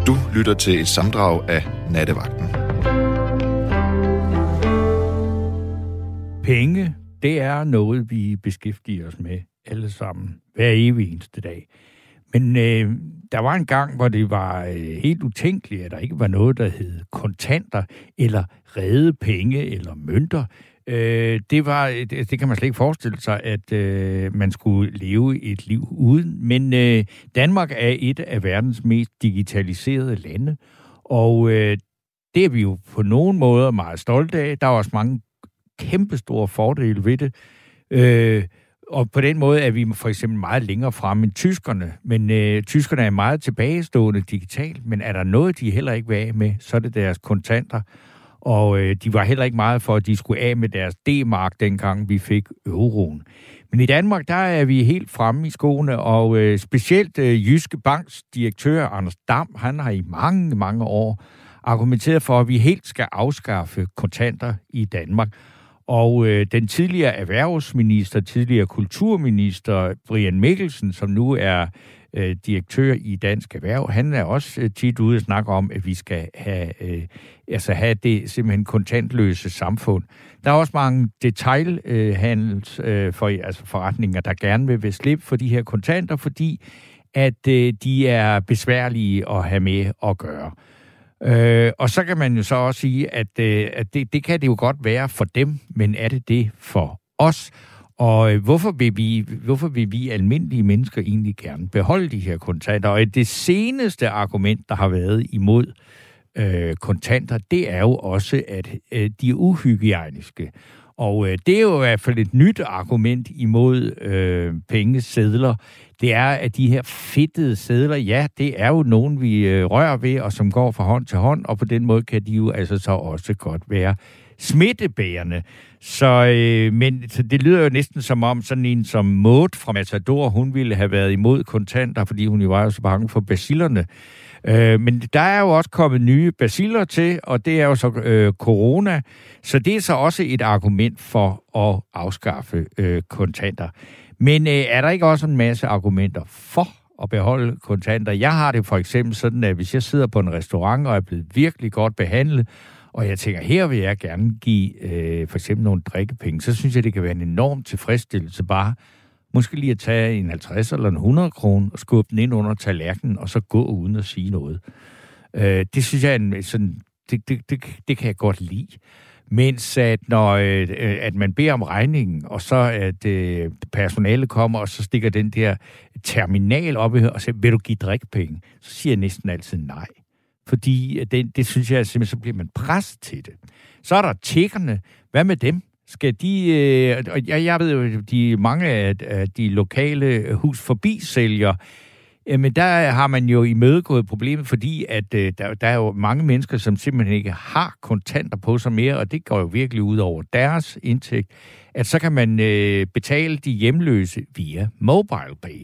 Du lytter til et samdrag af Nattevagten. Penge, det er noget, vi beskæftiger os med alle sammen hver evig eneste dag. Men der var en gang, hvor det var helt utænkeligt, at der ikke var noget, der hed kontanter, eller rede penge, eller mønter. Det kan man slet ikke forestille sig, at man skulle leve et liv uden. Men Danmark er et af verdens mest digitaliserede lande, og det er vi jo på nogen måder meget stolte af. Der er også mange kæmpestore fordele ved det. Og på den måde er vi for eksempel meget længere fremme end tyskerne. Men tyskerne er meget tilbagestående digitalt, men er der noget, de heller ikke vil af med, så er det deres kontanter. Og de var heller ikke meget for, at de skulle af med deres D-mark, dengang vi fik euroen. Men i Danmark, der er vi helt fremme i skoene, og specielt Jyske Banks direktør, Anders Dam, han har i mange, mange år argumenteret for, at vi helt skal afskaffe kontanter i Danmark. Og den tidligere erhvervsminister, tidligere kulturminister, Brian Mikkelsen, som nu er direktør i Dansk Erhverv, han er også tit ude at snakke om, at vi skal have det simpelthen kontantløse samfund. Der er også mange detailhandelsforretninger, der gerne vil slippe for de her kontanter, fordi at de er besværlige at have med at gøre. Og så kan man jo så også sige, at det kan det jo godt være for dem, men er det for os? Og hvorfor vil vi almindelige mennesker egentlig gerne beholde de her kontanter? Og det seneste argument, der har været imod kontanter, det er jo også, at de er uhygiejniske. Og det er jo i hvert fald et nyt argument imod pengesedler. Det er, at de her fedtede sedler, ja, det er jo nogen, vi rører ved, og som går fra hånd til hånd, og på den måde kan de jo altså så også godt være smittebærende. Så det lyder jo næsten som om sådan en som Maud fra Matador, hun ville have været imod kontanter, fordi hun jo var jo så bange for bacillerne. Men der er jo også kommet nye baciller til, og det er jo så corona. Så det er så også et argument for at afskaffe kontanter. Men er der ikke også en masse argumenter for at beholde kontanter? Jeg har det for eksempel sådan, at hvis jeg sidder på en restaurant og er blevet virkelig godt behandlet, og jeg tænker, her vil jeg gerne give for eksempel nogle drikkepenge, så synes jeg, det kan være en enorm tilfredsstillelse bare måske lige at tage en 50 eller en 100 kroner og skubbe den ind under tallerkenen, og så gå uden at sige noget. Det synes jeg, det kan jeg godt lide. Mens at når at man beder om regningen, og så at personalet kommer, og så stikker den der terminal op og siger, vil du give drikkepenge? Så siger jeg næsten altid nej. Fordi det synes jeg simpelthen, så bliver man presset til det. Så er der tiggerne. Hvad med dem? Skal de, og jeg ved jo, mange af de lokale hus forbi-sælgere, men der har man jo imødegået problemet, fordi at der er jo mange mennesker, som simpelthen ikke har kontanter på sig mere, og det går jo virkelig ud over deres indtægt, at så kan man betale de hjemløse via MobilePay.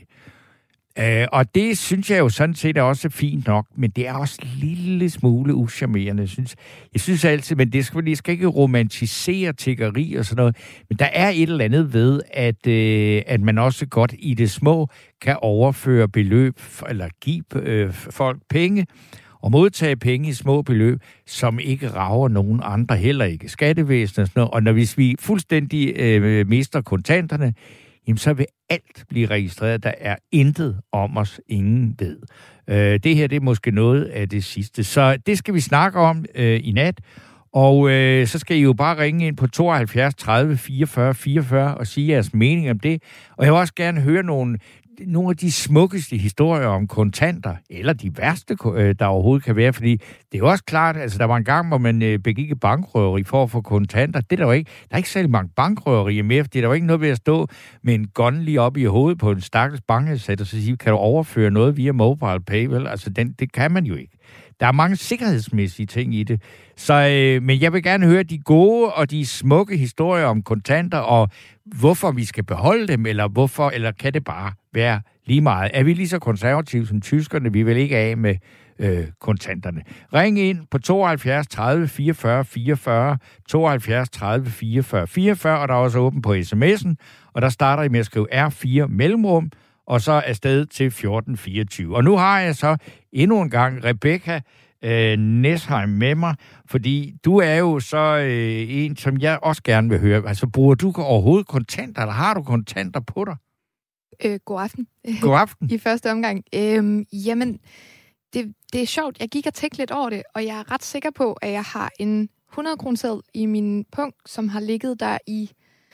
Og det synes jeg jo sådan set er også fint nok, men det er også en lille smule uschammerende. Jeg synes altid, men det skal ikke romantisere tiggeri og sådan noget, men der er et eller andet ved, at man også godt i det små kan overføre beløb, eller give folk penge, og modtage penge i små beløb, som ikke rager nogen andre, heller ikke skattevæsenet og sådan noget. Og hvis vi fuldstændig mister kontanterne, jamen så vil alt blive registreret. Der er intet om os, ingen ved. Det her, det er måske noget af det sidste. Så det skal vi snakke om i nat. Og så skal I jo bare ringe ind på 72 30 44 44 og sige jeres mening om det. Og jeg vil også gerne høre nogle af de smukkeste historier om kontanter, eller de værste, der overhovedet kan være, fordi det er jo også klart, altså der var en gang, hvor man begik et bankrøveri for at få kontanter. Det er der jo ikke. Der er ikke særlig mange bankrøverier mere, for det er der jo ikke noget ved at stå med en gun lige op i hovedet på en stakkels bankansat og så sige, kan du overføre noget via MobilePay? Vel? Altså det kan man jo ikke. Der er mange sikkerhedsmæssige ting i det. Så, men jeg vil gerne høre de gode og de smukke historier om kontanter, og hvorfor vi skal beholde dem, eller kan det bare være lige meget? Er vi lige så konservative som tyskerne? Vi vil ikke af med kontanterne. Ring ind på 72 30 44 44, 72 30 44 44, og der er også åben på sms'en, og der starter I med at skrive R4 mellemrum, og så afsted til 14.24. Og nu har jeg så endnu en gang Rebecca Nesheim med mig, fordi du er jo så en, som jeg også gerne vil høre. Altså, bruger du overhovedet kontanter, eller har du kontanter på dig? God aften. God aften. I første omgang. Jamen, det er sjovt. Jeg gik og tænkte lidt over det, og jeg er ret sikker på, at jeg har en 100-kroneseddel i min punkt, som har ligget der i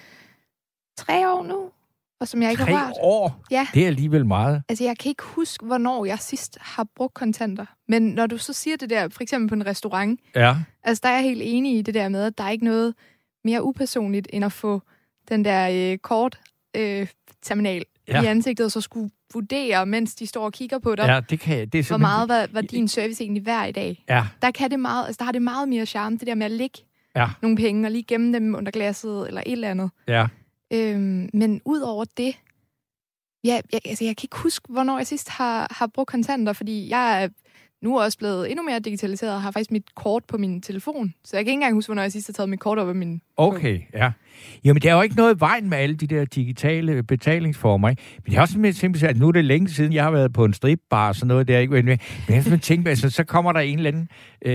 3 år nu, og som jeg ikke har rørt. 3 år? Ja. Det er alligevel meget. Altså, jeg kan ikke huske, hvornår jeg sidst har brugt kontanter. Men når du så siger det der, for eksempel på en restaurant, altså, der er jeg helt enig i det der med, at der er ikke noget mere upersonligt, end at få den der kortterminal i ansigtet, og så skulle vurdere, mens de står og kigger på dig, det kan jeg. Det er hvor meget var din service egentlig værd i dag. Ja. Der kan det meget, altså der har det meget mere charme, det der med at lægge nogle penge, og lige gemme dem under glasset, eller et eller andet. Ja. Men ud over det, jeg kan ikke huske, hvornår jeg sidst har brugt kontanter, fordi jeg er nu også blevet endnu mere digitaliseret, og har faktisk mit kort på min telefon. Så jeg kan ikke engang huske, hvornår jeg sidst har taget mit kort op af min Okay, ja. Jamen, der er jo ikke noget i vejen med alle de der digitale betalingsformer, ikke? Men det er også simpelthen, at nu er det længe siden, jeg har været på en stripbar og sådan noget der, ikke? Men jeg har tænkt, altså, så kommer der en eller anden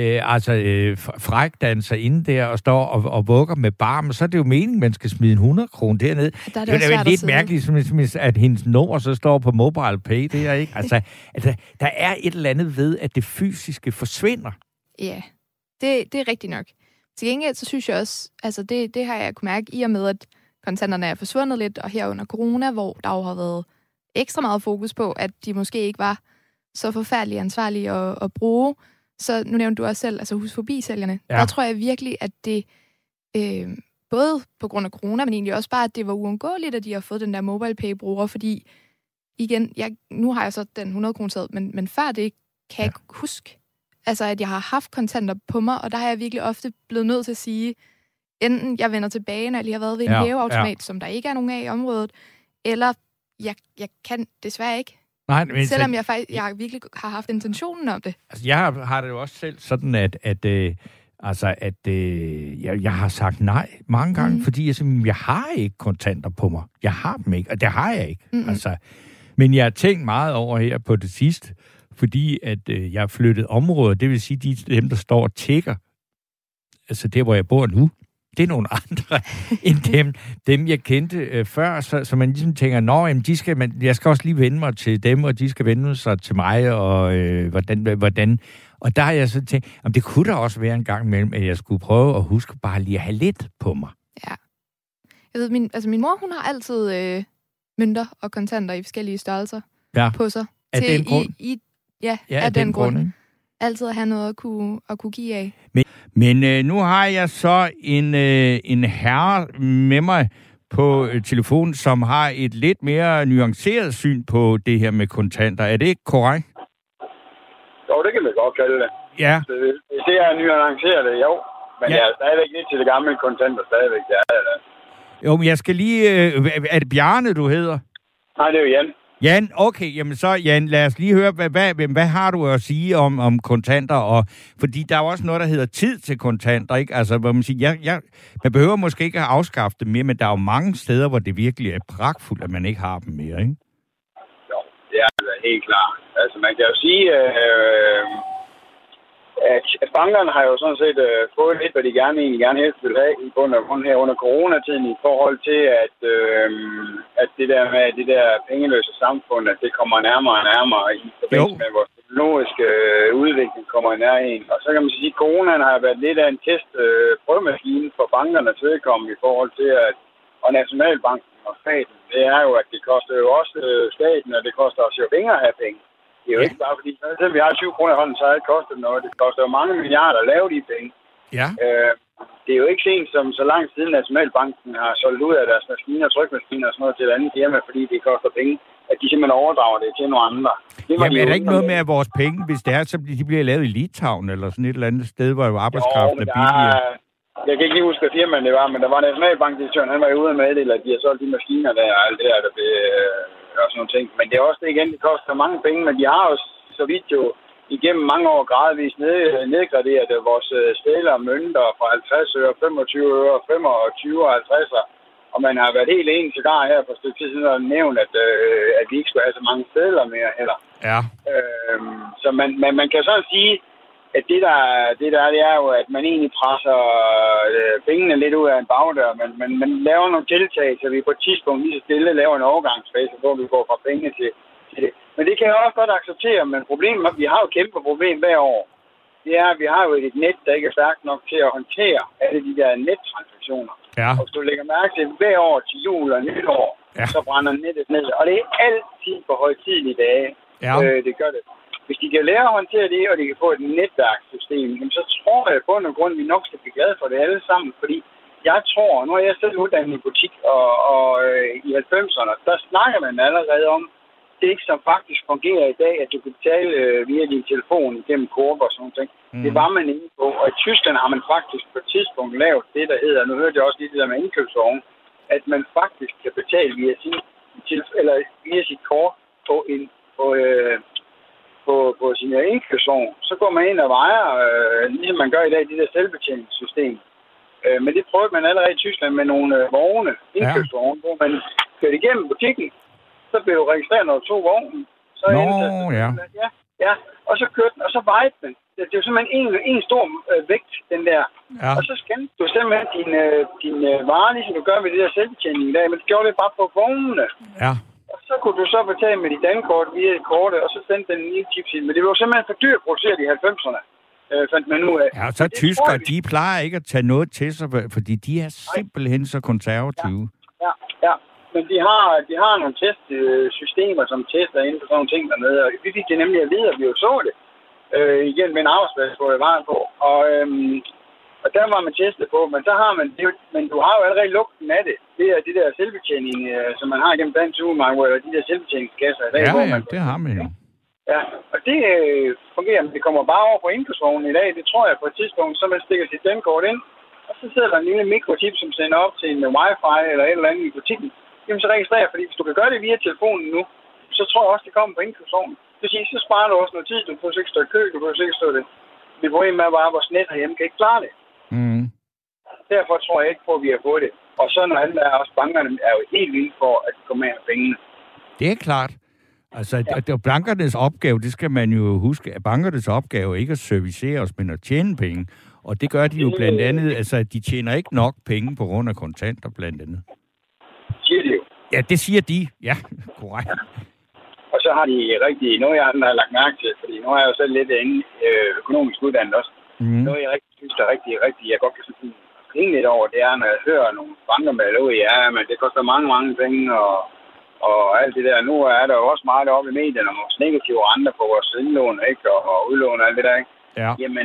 frækdanser inde der og står og vugger med barm, og så er det jo meningen, man skal smide en 100 kroner dernede. Det er lidt mærkeligt, at hendes nummer så står på MobilePay, det er ikke? Altså, der er et eller andet ved, at det fysiske forsvinder. Ja, det er rigtigt nok. Til gengæld, så synes jeg også, altså det har jeg kunnet mærke i og med, at kontanterne er forsvundet lidt, og her under corona, hvor der jo har været ekstra meget fokus på, at de måske ikke var så forfærdeligt ansvarlige at bruge. Så nu nævnte du også selv, altså hus forbi-sælgerne. Der tror jeg virkelig, at det både på grund af corona, men egentlig også bare, at det var uundgåeligt, at de har fået den der MobilePay-bruger, fordi igen, nu har jeg så den 100 kroner, men før det kan jeg ikke huske, altså, at jeg har haft kontanter på mig, og der har jeg virkelig ofte blevet nødt til at sige, enten jeg vender tilbage, når jeg lige har været ved en hæveautomat, som der ikke er nogen af i området, eller jeg kan desværre ikke. Nej, men selvom jeg virkelig har haft intentionen om det. Altså, jeg har det jo også selv sådan, at jeg har sagt nej mange gange, fordi jeg har ikke kontanter på mig. Jeg har dem ikke, og det har jeg ikke. Altså, men jeg har tænkt meget over her på det sidste, fordi at jeg har flyttet områder, det vil sige, dem, der står og tjekker, altså der, hvor jeg bor nu, det er nogle andre end dem jeg kendte før, så man ligesom tænker, jamen, jeg skal også lige vende mig til dem, og de skal vende sig til mig, og hvordan. Og der har jeg så tænkt, det kunne da også være en gang imellem, at jeg skulle prøve at huske bare lige at have lidt på mig. Ja. Jeg ved, min mor, hun har altid mønter og kontanter i forskellige størrelser på sig. Af den grund? Af den grund. Altid at have noget at kunne give af. Men nu har jeg så en herre med mig på telefonen, som har et lidt mere nuanceret syn på det her med kontanter. Er det ikke korrekt? Jo, det kan man godt kalde det. Ja. Det er nuanceret, jo. Men jeg er stadigvæk lidt til det gamle kontanter stadigvæk. Det er det. Jo, men jeg skal lige... er det Bjarne, du hedder? Nej, det er jo Jan. Jan, okay, jamen så Jan, lad os lige høre, hvad har du at sige om kontanter, fordi der er jo også noget, der hedder tid til kontanter, ikke? Altså, hvor man siger, man behøver måske ikke at afskaffe dem mere, men der er jo mange steder, hvor det virkelig er pragtfuldt, at man ikke har dem mere, ikke? Jo, det er altså helt klart. Altså, man kan jo sige, at bankerne har jo sådan set fået lidt, hvad de gerne helst vil have i bund og grund her under coronatiden i forhold til, at det der med det der pengeløse samfund, at det kommer nærmere og nærmere i forbindelse med vores teknologiske udvikling kommer i nærheden. Og så kan man sige, at coronaen har været lidt af en prøvemaskine for bankernes vedkommende i forhold til, og Nationalbanken og staten, det er jo, at det koster jo også staten, og det koster os jo penge at have penge. Det er jo ikke bare fordi, selvom vi har 20 kroner i hånden, så har det kostet noget. Det koster jo mange milliarder at lave de penge. Ja. Det er jo ikke sent som så lang siden Nationalbanken har solgt ud af deres maskiner, trykmaskiner og sådan noget til et andet firma, fordi det koster penge, at de simpelthen overdrager det til nogle andre. Jamen er der ikke noget med, at vores penge, hvis det er, så de bliver lavet i Litauen eller sådan et eller andet sted, hvor arbejdskraften er billigere? Jeg kan ikke lige huske, hvad firmaen det var, men der var Nationalbankdirektøren, han var jo ude med det, at de har solgt de maskiner der og alt det der blev... og sådan nogle ting. Men det er også det igen, det koster mange penge, men de har jo så vidt jo igennem mange år gradvist nedgraderet vores stæler og mønter fra 50 øre, 25 øre, 25 og 50'er Og man har været helt enig sågar her for et stykke tid siden og nævnt, at vi ikke skulle have så mange sedler mere heller. Ja. Så man kan sådan sige, at det er jo, at man egentlig presser pengene lidt ud af en bagdør. Man laver nogle tiltag, så vi på et tidspunkt lige så stille laver en overgangsfase, hvor vi går fra penge til det. Men det kan jeg også godt acceptere, men problemet er, at vi har jo et kæmpe problem hver år. Det er, at vi har jo et net, der ikke er stærkt nok til at håndtere alle de der nettransaktioner. Ja. Og hvis du lægger mærke til, hver år til jul og nytår, så brænder nettet ned. Og det er altid på højtidelige dage, det gør det. Hvis de kan lære at håndtere det, og de kan få et netværkssystem, så tror jeg på en grund, at vi nok skal blive glade for det alle sammen. Fordi jeg tror, nu er jeg selv uddannet i butik, og i 90'erne, der snakker man allerede om, det ikke som faktisk fungerer i dag, at du kan betale via din telefon igennem Coop og sådan noget. Det var man inde på. Og i Tyskland har man faktisk på et tidspunkt lavet det, der hedder, nu hørte jeg også lige det der med indkøbsvogn, at man faktisk kan betale via sit kort på sin indkøbsvogn. Så går man ind og vejer, ligesom man gør i dag, det der selvbetjeningssystem. Men det prøvede man allerede i Tyskland med nogle vogne, indkøbsvogne, hvor man kørte igennem butikken. Så blev du registreret, når du tog vognen. Og så kørte den, og så vejede den. Det er jo simpelthen en stor vægt, den der. Ja. Og så scannede du simpelthen din varer, ligesom du gør ved det der selvbetjening i dag, men det gjorde det bare på vognene. Ja. Og så kunne du så betale med dit dankort via kortet, og så sendte den nye chips ind. Men det var simpelthen for dyrt produceret i 90'erne. Fandt man nu af. Ja, og så tyskere, de plejer ikke at tage noget til sig, fordi de er simpelthen så konservative. Ja. Men de har nogle testsystemer, som tester inden for sådan nogle ting dernede, og vi fik det nemlig at vide, at vi jo så det igen med en arbejdsplads, hvor jeg var på. Og der var man testet på, men så har man det, men du har jo allerede lugten af det. Det er det der selvbetjening, som man har gennem dansk supermarked, eller de der selvbetjeningskasser i dag. Det har man jo. Ja, og det fungerer, men det kommer bare over på indkøbsvognen i dag. Det tror jeg på et tidspunkt, så man stikker sit dankort ind, og så sidder der en lille mikrochip, som sender op til en wifi eller et eller andet i butikken. Jamen så registrerer, fordi hvis du kan gøre det via telefonen nu, så tror jeg også, det kommer på indkøbsvognen. Det vil sige, så sparer du også noget tid, du får ikke stå i kø, du får ikke stå det. Det problemet er bare, at vores net herhjemme kan ikke klare det. Mm. Derfor tror jeg ikke på, at vi har fået det. Og så når andet er også bankerne er jo helt vildt for, at de kommer af pengene. Det er klart. Altså, bankernes opgave, det skal man jo huske, at bankernes opgave er ikke at servicere os, men at tjene penge. Og det gør de jo blandt andet, altså, de tjener ikke nok penge på grund af kontanter blandt andet. Siger de jo. Ja, det siger de. Ja, korrekt. Ja. Og så har de rigtig, noget jeg har lagt mærke til, fordi nu er jeg jo selv lidt økonomisk uddannet også. Noget jeg rigtig synes, der er rigtig, jeg godt kan sådan grine lidt over, det er, når jeg hører nogle banker med lov, men det koster mange penge, og alt det der. Nu er der jo også meget oppe i medierne om vores negative renter på vores indlån, ikke? Og udlån og alt det der, ikke? Ja. Jamen,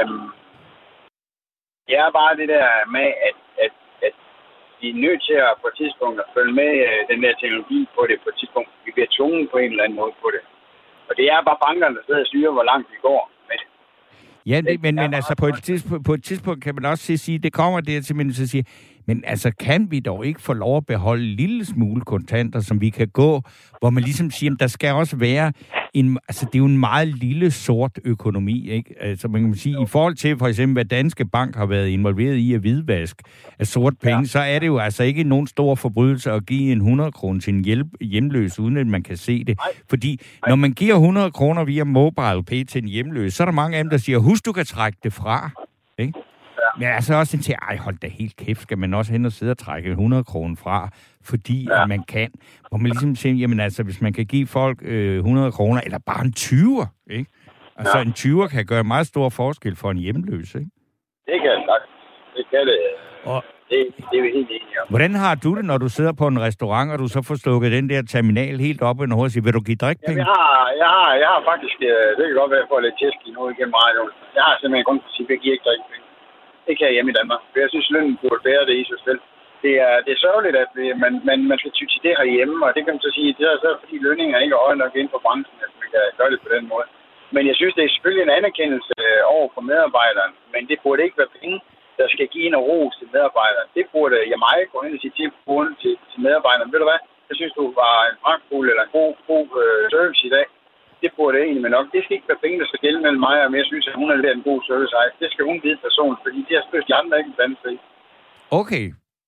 det er bare det der med, at vi er nødt til at på et tidspunkt at følge med den der teknologi på det på et tidspunkt. Vi bliver tvunget på en eller anden måde på det. Og det er bare bankerne, der sidder og styrer, hvor langt vi går med det. Ja, men altså på et tidspunkt kan man også sige, det kommer der til at sige, men altså kan vi dog ikke få lov at beholde en lille smule kontanter, som vi kan gå, hvor man ligesom siger, at der skal også være altså det er jo en meget lille sort økonomi, ikke? Altså man kan sige, i forhold til for eksempel, hvad Danske Bank har været involveret i at hvidvask af sort penge, så er det jo altså ikke nogen stor forbrydelse at give en 100 kroner til en hjemløs, uden at man kan se det. Fordi når man giver 100 kroner via MobilePay til en hjemløs, så er der mange af dem, der siger, husk, du kan trække det fra, ikke? Men altså også til, hold da helt kæft, skal man også hen og sidde og trække 100 kroner fra, fordi at man kan. Hvor man ligesom siger, jamen altså, hvis man kan give folk 100 kroner, eller bare en 20'er, ikke? Altså en 20'er kan gøre meget stor forskel for en hjemløs, ikke? Det kan det sagt. Det kan det. Og det er vi helt enige om. Hvordan har du det, når du sidder på en restaurant, og du så får stukket den der terminal helt op i noget og siger, vil du give drikpenge? Jeg har faktisk, det kan godt være, at jeg får lidt tæsk i noget igennem radioen. Jeg har simpelthen kun princippet, jeg giver ikke drikpenge. Det kan jeg hjemme i Danmark. For jeg synes, lønnen burde bære det i sig selv. Det er sørgeligt, at man skal ty til det herhjemme, og det kan man så sige, det er så fordi lønninger ikke er høje nok inden for branchen, at man kan gøre det på den måde. Men jeg synes, det er selvfølgelig en anerkendelse over for medarbejderen, men det burde ikke være penge, der skal give en ros til medarbejderen. Det burde jeg meget gå hen og sige til medarbejderen. Ved du hvad? Jeg synes, du var en pragtfuld eller en god service i dag. Det burde egentlig, men nok. Det skal ikke være penge, der skal gælde mellem mig, og jeg synes, at hun har leveret en god service. Det skal hun vide personen, fordi de har spørgsmål, de andre ikke blandt sig. Okay.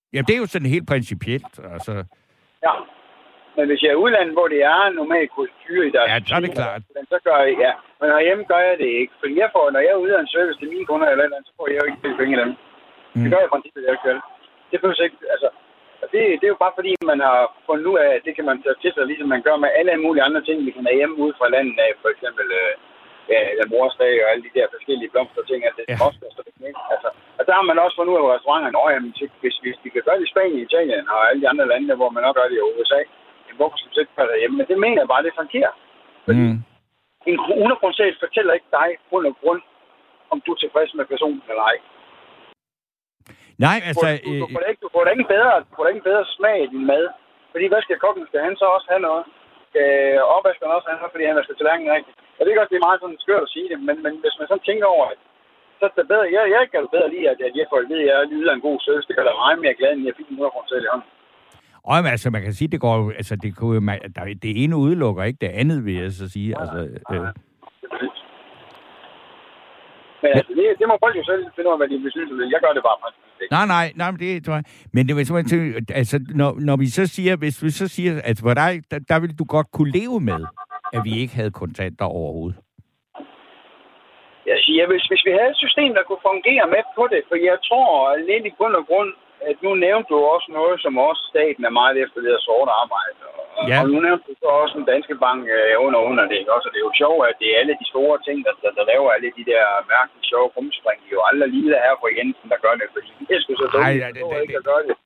Ja, det er jo sådan helt principielt, altså. Ja. Men hvis jeg er i udlandet, hvor det er normalt kultur i deres... Ja, så er det klart. Så gør jeg, ja. Men herhjemme gør jeg det ikke. Fordi når jeg er ude af en service til mine kunder eller andet, så får jeg jo ikke penge af dem. Det gør jeg i princippet, jeg ikke. Det føles ikke, altså... Det er jo bare fordi, man har fundet ud af, at det kan man tage til sig, ligesom man gør med alle mulige andre ting, vi kan have hjemme ude fra landet af. For eksempel morsdag og alle de der forskellige blomster ting, at det er også altså, og der har man også fundet ud af restauranterne, hvis vi kan gøre det i Spanien, Italien og alle de andre lande, hvor man nok gør det i USA, hvorfor skal vi ikke gøre det hjemme? Men det mener jeg bare, det fungerer. Fordi en 100% fortæller ikke dig grund, om du er tilfreds med personen eller ej. Nej, altså... Du får da ingen bedre smag i din mad. Fordi hvad skal kokken? Skal han så også have noget? Skal opvaskeren også have noget, fordi han vasker tallerkenen rigtigt? Jeg ved godt, det er meget sådan skørt at sige det, men hvis man sådan tænker over det, så er det bedre. Jeg kan jo bedre lide, at jeg får at vide, at jeg yder en god service. Det kan være meget mere glad, end jeg fik 100% i hånden. Men altså, man kan sige, det går jo... Altså, det ene udelukker ikke det andet, vil jeg så sige. Altså, Men altså, det må folk jo selv finde ud af, hvad de vil synes. Jeg gør det bare faktisk. Nej, men det tror jeg. Men det var simpelthen, altså, når vi så siger, hvis vi så siger, at for dig, der ville du godt kunne leve med, at vi ikke havde kontanter overhovedet. Jeg siger, hvis vi havde et system, der kunne fungere med på det, for jeg tror lidt i bund og grund, at nu nævnte du også noget, som også staten er meget efter det her sorte arbejde. Og nu nævnte du så også en Danske Bank under det, ikke? Også, det er jo sjovt, at det er alle de store ting, der laver alle de der mærkelige sjove rumspring. Det er jo aldrig lille her på Jensen, der gør det, fordi det skulle så dumt, ikke at gøre det.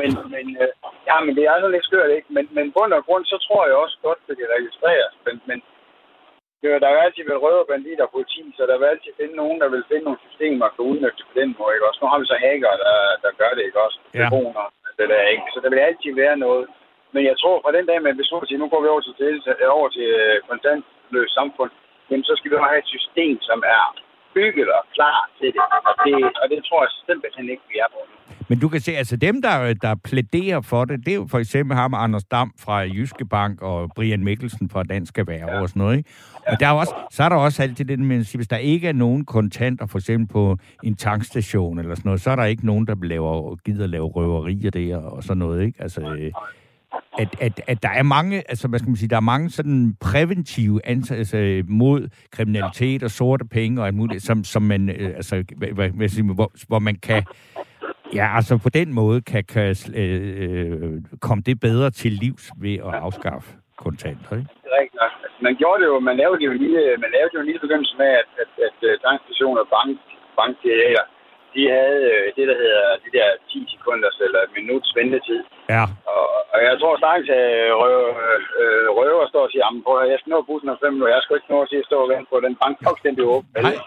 Men det er altså lidt skørt, ikke? Men bund og grund, så tror jeg også godt, at det registreres. Men der vil altid være røde banditter og politi, så der vil altid finde nogen, der vil finde nogle systemer, der kan udnytte på den måde, ikke også? Nu har vi så hacker, der gør det, ikke også? Telefoner, det der, ikke? Så der vil altid være noget. Men jeg tror, fra den dag, man beslutter sig, nu går vi over til kontantløst samfund, jamen så skal vi have et system, som er bygget og klar til det. Og det tror jeg simpelthen ikke, vi er på nu. Men du kan se, altså dem, der plæderer for det, det er jo for eksempel ham, Anders Dam fra Jyske Bank og Brian Mikkelsen fra Dansk Erhverv og sådan noget, ikke? Og der er også, så er der også altid det, men hvis der ikke er nogen kontanter, for eksempel på en tankstation eller sådan noget, så er der ikke nogen, der gider lave røverier der og sådan noget, ikke? Altså, at der er mange, altså hvad skal man sige, der er mange sådan præventive altså, mod kriminalitet og sorte penge og alt muligt, som man, altså, hvor man kan, ja, altså på den måde kan komme det bedre til livs ved at afskaffe kontanter, ikke? Det er rigtigt nok. Altså, man lavede jo en lille begyndelse med, at tankstationer og bankfilialer, de havde det, der hedder de der 10 sekunders eller et minuts ventetid. Ja. Og jeg tror straks, at røver står og siger, jeg skal nå bussen om 5 minutter, jeg skal ikke nå at sige, at stå og vente på den bank, fuldstændig åben.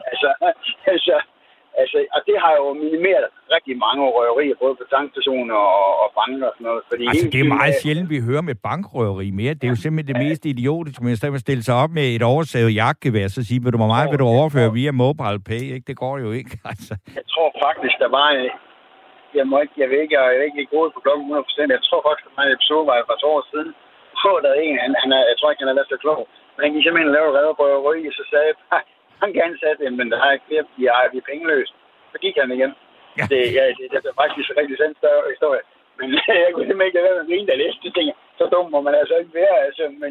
Altså, og det har jo minimeret rigtig mange røverier, både på tankstationer og banker og sådan noget. Fordi altså, det er meget sjældent, vi hører med bankrøveri mere. Det er jo simpelthen det mest idiotiske, men i stedet for at stille sig op med et oversavet jagtgevær, så sige, vil du overføre via mobile pay, ikke? Det går jo ikke, altså. Jeg tror faktisk, der var jeg ved ikke lige gået på klokken 100%. Jeg tror faktisk, der var en episode, var for 2 år siden. Der er en, jeg tror ikke, han er været så klog. Men han gik simpelthen lave redderrøveri, og så sagde han kan ansætte dem, men der er ikke flere, vi er pengeløst. Så gik han igen. Ja. Det er faktisk en rigtig sand større historie. Men jeg kunne simpelthen ikke være med en, der læste ting. Så dum må man altså ikke være, altså. Men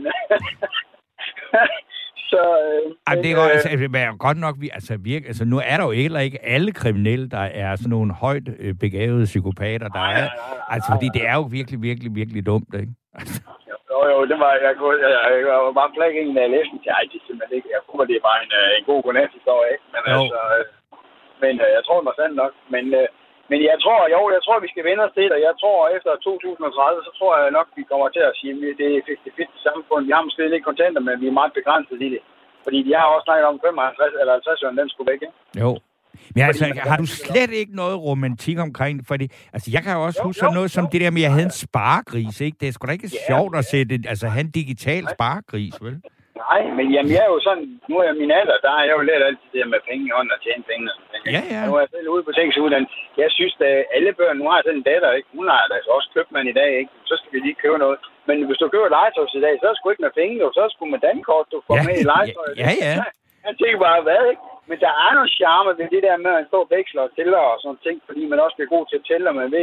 det er godt nok, altså nu er der jo heller ikke alle kriminelle, der er sådan nogle højt begavede psykopater, der er. Altså, fordi det er jo virkelig, virkelig, virkelig dumt, ikke? Jo, det var jeg var bare flæk en, der læste den til, det er simpelthen ikke. Jeg tror, det er bare en god godnat-historie, ikke? Men jeg tror, det var sandt nok. Men jeg tror, vi skal vende os til det, og jeg tror, efter 2030, så tror jeg nok, vi kommer til at sige, at det er 50-50 samfund. Vi har måske ikke kontanter, men vi er meget begrænset i det. Fordi de har også snakket om 55 eller 50 år, den skulle væk, ikke? Jo. Men altså, har du slet ikke noget romantik omkring det? Fordi, altså, jeg kan jo også huske sådan noget som det der med, at jeg havde en sparegris, ikke? Det er sgu da ikke sjovt at have en digital sparegris, vel? Nej, men jamen, jeg er jo sådan, nu er jeg min alder, der har jeg jo lært altid det med penge i hånden og tjene penge. Ja. Nu er jeg selv ude på tekstuddannelse. Jeg synes, at alle børn, nu har jeg sådan en datter, ikke? Hun har altså også købt man i dag, ikke? Så skal vi lige købe noget. Men hvis du køber legetøj i dag, så er det sgu ikke med penge, så er det sgu med dankort, du får med i legetøj. Ja. Jeg tænker bare, hvad, ikke? Men der er noget charme ved det der med at stå og veksler og tæller og sådan ting, fordi man også bliver god til at tælle, og man ved,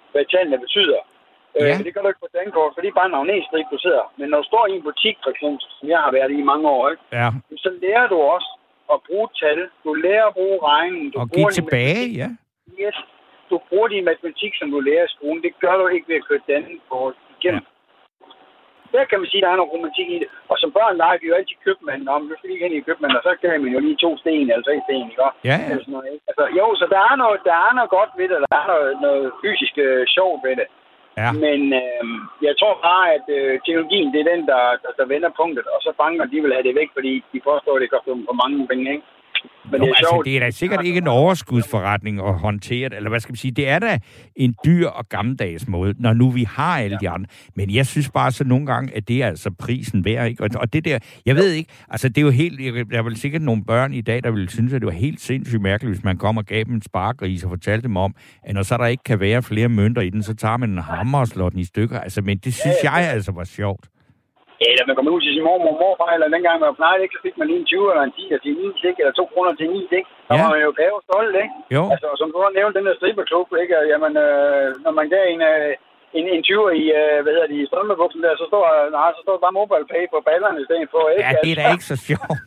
hvad tallene betyder. Ja. Det gør du ikke på dankort, for det er bare en magnetstrip, du sidder. Men når du står i en butik, for eksempel, som jeg har været i mange år, ikke? Ja. Så lærer du også at bruge tal. Du lærer at bruge regning. Og give tilbage, ja. Yes. Du bruger din matematik, som du lærer i skolen. Det gør du ikke ved at køre dankort igennem. Ja. Der kan man sige, at der er noget romantik i det. Og som børn leger vi jo altid købmanden om. Du skal lige hen i købmanden, og så kan man jo lige 2 sten eller 3 sten, ikke? Ja. Altså, jo, så der er noget godt ved det. Der er noget fysisk sjovt ved det. Ja. Men jeg tror bare, at teknologien, det er den, der vender punktet. Og så banker de vil have det væk, fordi de påstår, at det koster dem for mange penge, ikke? Men det er sjovt. Det er da sikkert ikke en overskudsforretning at håndtere det, eller hvad skal man sige, det er da en dyr og gammeldags måde, når nu vi har alle de andre. Men jeg synes bare så nogle gange, at det er altså prisen værd, ikke? Og det der, jeg ved ikke, altså det er jo helt, der er vel sikkert nogle børn i dag, der ville synes, at det var helt sindssygt mærkeligt, hvis man kom og gav dem en sparkris og fortalte dem om, at når så der ikke kan være flere mønter i den, så tager man en hammer og slår den i stykker. Altså, men det synes jeg altså var sjovt. Eller man kommer ud til sin mormor og morfar, eller dengang man var plejet, ikke, så fik man lige en 20 eller en 10 til 9 stik, eller 2 kroner til 9 stik. Så var man jo pæve stolt, ikke? Jo. Altså, som du har nævnt, den der striberklub, ikke? Jamen, når man gav en 20 i, i strømmebuksen der, så står der bare MobilePay på ballerne i stedet for, ikke? Ja, det er da ikke så sjovt.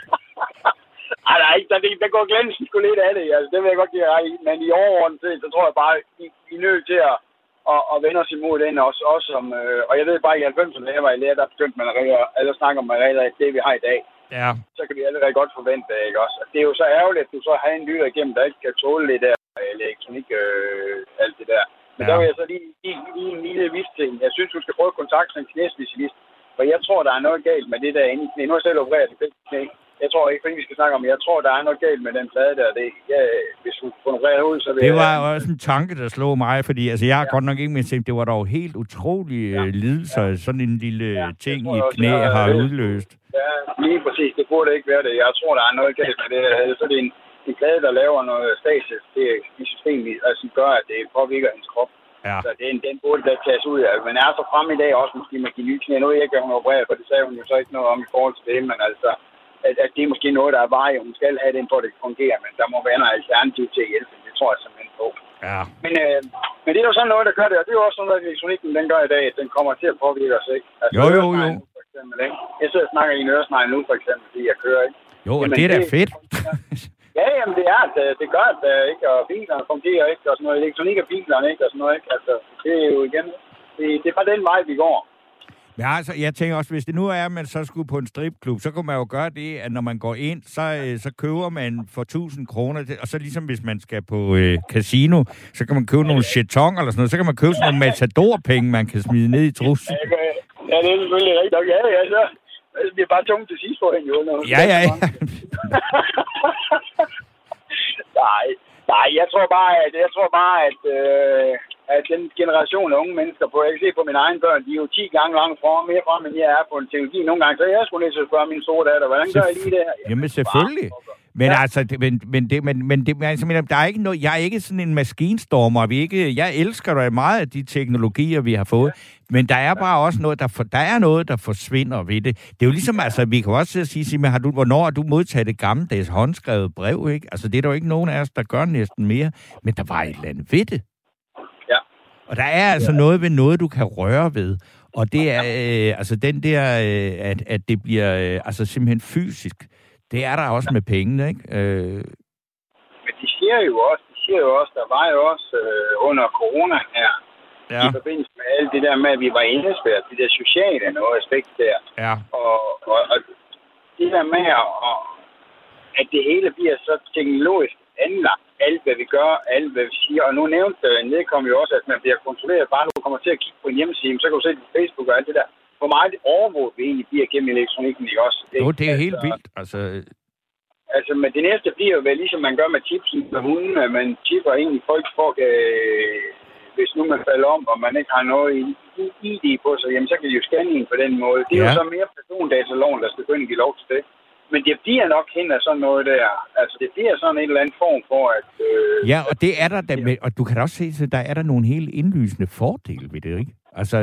Ej, der går glænsen sgu lidt af det, altså, det vil jeg godt give dig i. Men i overordnet set, så tror jeg bare, I er nødt til at vende os imod den også som, og jeg ved bare, i 90'erne, da jeg var i lærer, der begyndte man at snakke om det, vi har i dag. Ja. Så kan vi allerede godt forvente det, ikke også? Det er jo så ærgerligt, at du så har en lytter igennem, der ikke kan tåle det der elektronik, alt det der. Men der vil jeg så lige en lille vis ting. Jeg synes, du skal prøve at kontakte en knæspecialist, for jeg tror, der er noget galt med det der inde i knæ. Nu har jeg selv opereret det knæ. Jeg tror ikke, fordi vi skal snakke om, jeg tror, der er noget galt med den plade der. Hvis du får opereret ud, så vil det var også en tanke, der slog mig, fordi altså, jeg har godt nok ikke med tænkt, det var dog helt utrolige lidelser, sådan en lille ting i et knæ har udløst. Ja, lige præcis. Det burde ikke være det. Jeg tror, der er noget galt med det. Så det er en plade, der laver noget stasis i systemet, altså gør, at det påvirker ens krop. Ja. Så den burde da tages ud af. Men er så frem i dag også måske med de nye knæ. Nu er jeg ikke, at hun opererer, for det sagde hun jo så ikke noget om i forhold til det, men altså at det er måske noget, der er veje, hun skal have den, for at det fungerer, men der må være noget alternativ til at hjælpe. Det tror jeg simpelthen på. Ja. Men det er jo sådan noget, der gør det, og det er jo også sådan noget, at elektronikken, den gør i dag, at den kommer til at påvirke os, ikke? Altså, Jo. For eksempel, ikke? Jeg sidder og snakker i en øresnegl nu, for eksempel, fordi jeg kører, ikke? Jo, og det er da fedt. Ja, jamen det er, det gør det, ikke? Og bilerne fungerer, ikke? Og sådan noget elektronik af bilerne, ikke? Og sådan noget, ikke? Altså, det er jo igen, det er bare den vej, vi går. Ja, altså, jeg tænker også, hvis det nu er, at man så skulle på en stripklub, så kunne man jo gøre det, at når man går ind, så køber man for 1.000 kroner, og så ligesom hvis man skal på casino, så kan man købe nogle jeton eller sådan noget, så kan man købe sådan nogle matadorpenge, man kan smide ned i trussen. Ja, det er selvfølgelig rigtigt nok. Ja, så det bliver bare tungt til sidst for hende, jo. Ja. Nej, jeg tror bare, at den generation af unge mennesker, jeg kan se på mine egne børn, de er jo 10 gange langt mere frem, end jeg er på en teknologi nogle gange. Så jeg skulle lige så spørge min store datter, hvordan gør jeg lige det her? Jamen selvfølgelig. Men altså, der er ikke noget, jeg er ikke sådan en maskinstormer. Jeg elsker da meget af de teknologier, vi har fået. Men der er bare også noget, der forsvinder ved det. Det er jo ligesom, altså, vi kan også sige, hvornår har du modtaget et gammeldags håndskrevet brev, ikke? Altså, det er der jo ikke nogen af os, der gør næsten mere. Men der var et eller andet ved det. Ja. Og der er altså noget ved noget, du kan røre ved. Og det er, altså, den der, at det bliver, altså, simpelthen fysisk. Det er der også med pengene, ikke? Men de siger jo også, der var jo også under corona her, i forbindelse med alt det der med, at vi var indespærret, det der sociale noget aspekt der. Ja. Og det der med, at det hele bliver så teknologisk anlagt, alt hvad vi gør, alt hvad vi siger. Og nu nævnte nedkom jo også, at man bliver kontrolleret, bare du kommer til at kigge på en hjemmeside, så kan du se det på Facebook og alt det der. Hvor meget overvåget vi egentlig bliver gennem elektronikken, ikke også? Jo, det er helt vildt, Altså, men det næste bliver jo vel, ligesom man gør med chipsen og hunden, at man chipper egentlig folk for, hvis nu man falder om, og man ikke har noget ID på sig, jamen så kan de jo scanne en på den måde. Det er jo så mere persondataloven, der skal gå ind og give lov til det. Men det bliver nok hen af sådan noget der. Altså, det bliver sådan en eller anden form for, at... Ja, og det er der, og du kan da også se, at der er der nogle helt indlysende fordele ved det, ikke? Altså,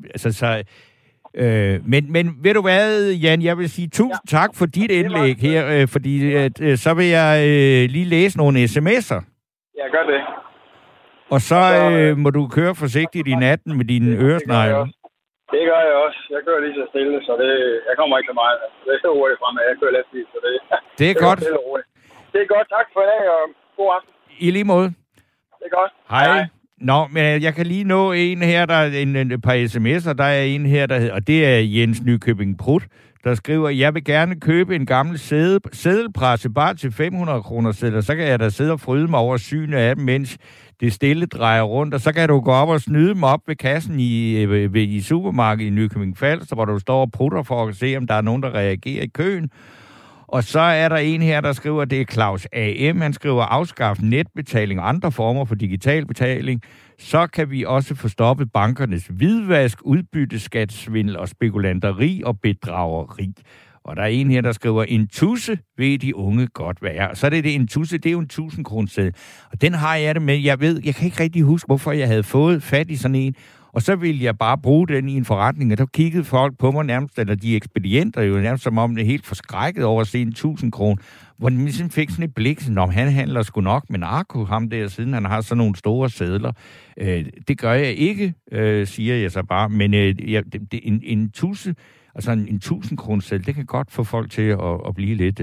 men ved du hvad, Jan, jeg vil sige tusind tak for dit indlæg her, fordi så vil jeg lige læse nogle sms'er. Ja, gør det. Og så må du køre forsigtigt i natten med dine øresnegle. Det gør jeg også. Jeg kører lige så stille, så jeg kommer ikke så meget. Det er så hurtigt frem, at jeg kører lidt så det er godt. Det er godt. Tak for i dag, og god aften. I lige måde. Det er godt. Hej. Nå, men jeg kan lige nå en her, der er en par sms'er. Der er en her, der hedder, og det er Jens Nykøbing Prut, der skriver, jeg vil gerne købe en gammel seddelpresse bare til 500 kroner sedler. Så kan jeg da sidde og fryde mig over synet af dem, mens det stille drejer rundt. Og så kan du gå op og snyde dem op ved kassen i supermarkedet i Nykøbing Falster, hvor du står og prutter for at se, om der er nogen, der reagerer i køen. Og så er der en her, der skriver, det er Claus A.M. Han skriver, afskaffe netbetaling og andre former for digital betaling. Så kan vi også få stoppet bankernes hvidvask, udbytteskatsvindel og spekulanteri og bedrageri. Og der er en her, der skriver, en tusse ved de unge godt være. Og så er det en tusse, det er jo en 1000 kroneseddel. Og den har jeg det med. Jeg kan ikke rigtig huske, hvorfor jeg havde fået fat i sådan en. Og så ville jeg bare bruge den i en forretning, og der kiggede folk på mig nærmest, eller de ekspedienter jo nærmest, som om det er helt forskrækket over at se en 1000 kroner. Hvor de ligesom fik sådan et blik, sådan, om han handler sgu nok med narko, ham der, siden han har sådan nogle store sedler. Det gør jeg ikke, siger jeg så bare. Men en tusse, altså en 1000 kroner seddel, det kan godt få folk til at blive lidt,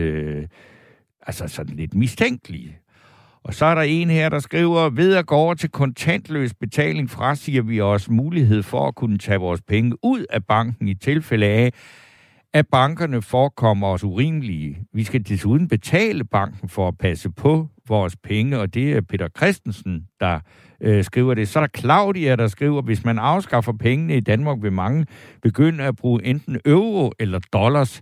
sådan lidt mistænkelige. Og så er der en her, der skriver, ved at gå over til kontantløs betaling, frasiger vi os mulighed for at kunne tage vores penge ud af banken i tilfælde af, at bankerne forekommer os urimelige. Vi skal desuden betale banken for at passe på vores penge, og det er Peter Christensen, der skriver det. Så er der Claudia, der skriver, hvis man afskaffer pengene i Danmark, vil mange begynde at bruge enten euro eller dollars.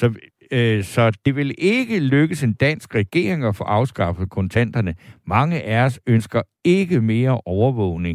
Så det vil ikke lykkes en dansk regering at få afskaffet kontanterne. Mange af os ønsker ikke mere overvågning,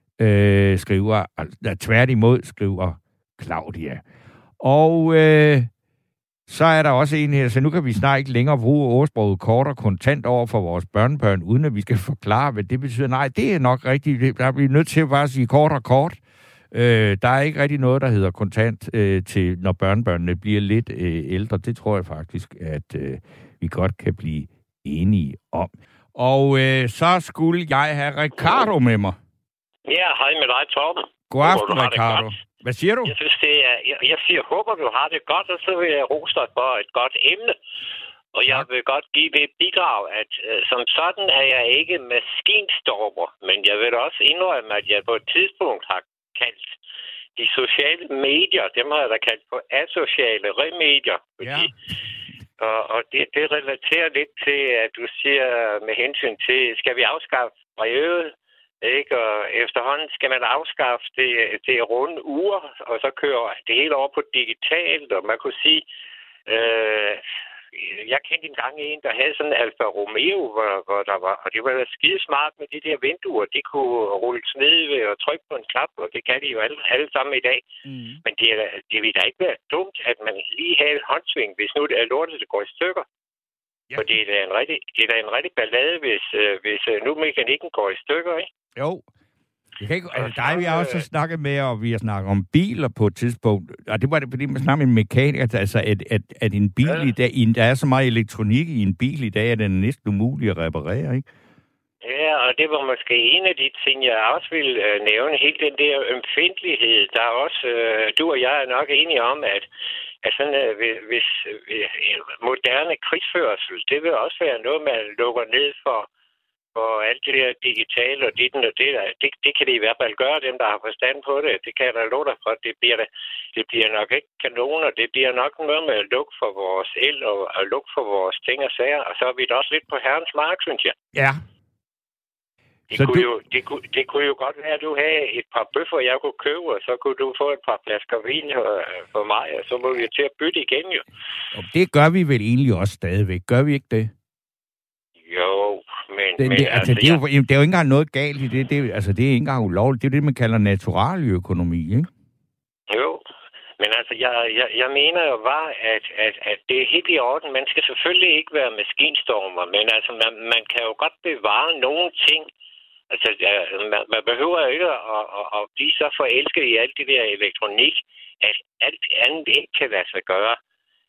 tværtimod, skriver Claudia. Og så er der også en her, så nu kan vi snart ikke længere bruge ordsproget kort og kontant over for vores børnebørn, uden at vi skal forklare, hvad det betyder. Nej, det er nok rigtigt. Der bliver nødt til at bare sige kort og kort. Der er ikke rigtig noget, der hedder kontant til, når børnebørnene bliver lidt ældre. Det tror jeg faktisk, at vi godt kan blive enige om. Og så skulle jeg have Ricardo med mig. Ja, hej med dig, Torben. God aften, Ricardo. Hvad siger du? Jeg synes, jeg siger, håber, du har det godt, og så vil jeg rose dig for et godt emne. Og jeg vil godt give det bidrag, at som sådan er jeg ikke maskinstormer, men jeg vil også indrømme, at jeg på et tidspunkt har kaldt de sociale medier, dem har jeg da kaldt på asociale remedier. Fordi, og det relaterer lidt til, at du siger med hensyn til, skal vi afskaffe brevet? Ikke? Og efterhånden skal man afskaffe det runde uger, og så kører det hele over på digitalt, og man kunne sige, jeg kendte engang en, der havde sådan en Alfa Romeo, hvor der var, og det var skide smart med de der vinduer, de kunne rulles ned ved at trykke på en knap, og det kan de jo alle sammen i dag. Mm. Men det vil da ikke være dumt, at man lige har et håndsving, hvis nu det er lortet, det går i stykker. Ja. For det er da en rigtig ballade, hvis nu mekanikken går i stykker, ikke? Jo. Vi har også snakket med, og vi har snakket om biler på et tidspunkt, og det var det, fordi man snakker med en mekaniker, altså at en bil i dag, der er så meget elektronik i en bil i dag, at den er næsten umulig at reparere, ikke? Ja, og det var måske en af de ting, jeg også ville nævne, hele den der ømfindtlighed. Der er også, du og jeg er nok enige om, at sådan, hvis moderne krigsførsel, det vil også være noget, man lukker ned for alt det der digitale og dit og det kan de i hvert fald gøre, dem der har forstand på det. Det kan jeg da love dig for. Det bliver nok ikke kanoner. Det bliver nok noget med at lukke for vores el og lukke for vores ting og sager. Og så er vi da også lidt på herrens mark, synes jeg. Ja. Det kunne jo godt være, at du havde et par bøffer, jeg kunne købe, og så kunne du få et par flasker vin for mig, og så må vi til at bytte igen, jo. Og det gør vi vel egentlig også stadigvæk. Gør vi ikke det? Jo, men det er jo ikke engang noget galt i det. Det er ikke engang ulovligt. Det er det, man kalder naturaløkonomi, ikke? Jo, men altså, jeg mener jo bare, at det er helt i orden. Man skal selvfølgelig ikke være maskinstormer, men altså, man kan jo godt bevare nogle ting. Altså, man behøver jo ikke at blive så forelsket i alt det der elektronik, at alt andet ikke kan lade sig gøre.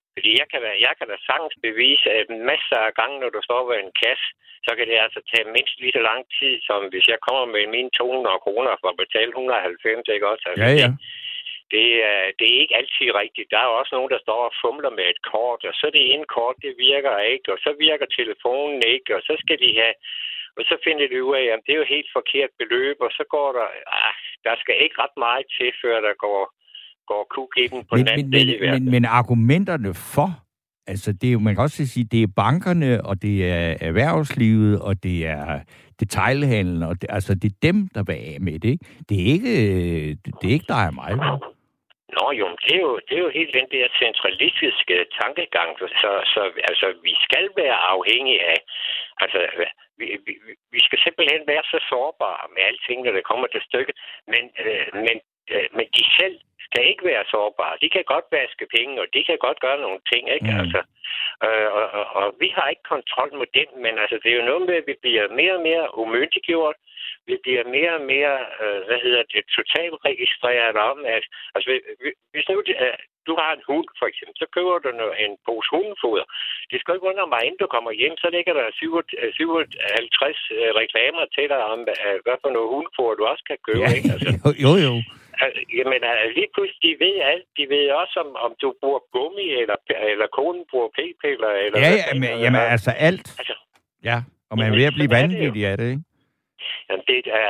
Fordi jeg kan da sagtens bevise, at masser af gange, når du står ved en kasse, så kan det altså tage mindst lige så lang tid, som hvis jeg kommer med mine 200 kroner for at betale 190, ikke også? Altså, ja. Det er ikke altid rigtigt. Der er også nogen, der står og fumler med et kort, og så det ene kort, det virker ikke, og så virker telefonen ikke, og så skal de have... Og så finder de ud af, at det er jo helt forkert beløb, og så går der skal ikke ret meget til, før der går kuk i den på den anden del. Men argumenterne for, altså det er jo, man kan også sige, det er bankerne, og det er erhvervslivet, og det er detailhandlen, og altså det er dem, der vil af med det, ikke? Det er ikke dig og mig. Nå jo, det er jo helt den der centralistiske tankegang. Så altså, vi skal være afhængige af... Altså, vi skal simpelthen være så sårbare med alting, når det kommer til stykket. Men de selv skal ikke være sårbare. De kan godt vaske penge, og de kan godt gøre nogle ting, ikke? Altså, og vi har ikke kontrol med dem, men altså, det er jo noget med, at vi bliver mere og mere umyndiggjort. Vi bliver mere og mere, totalt registreret om, at altså, hvis nu du har en hund, for eksempel, så køber du en pose hundefoder. Det skal ikke undre mig, inden du kommer hjem, så ligger der 57 reklamer til dig om, hvad for noget hundefoder du også kan købe, ja, ikke? Altså, jo. Jamen, lige pludselig, de ved alt. De ved også, om du bruger gummi, eller konen bruger p-piller, eller... Jamen, altså alt. Altså, ja, og man er ved at blive vanvittig af det, ikke? Jamen,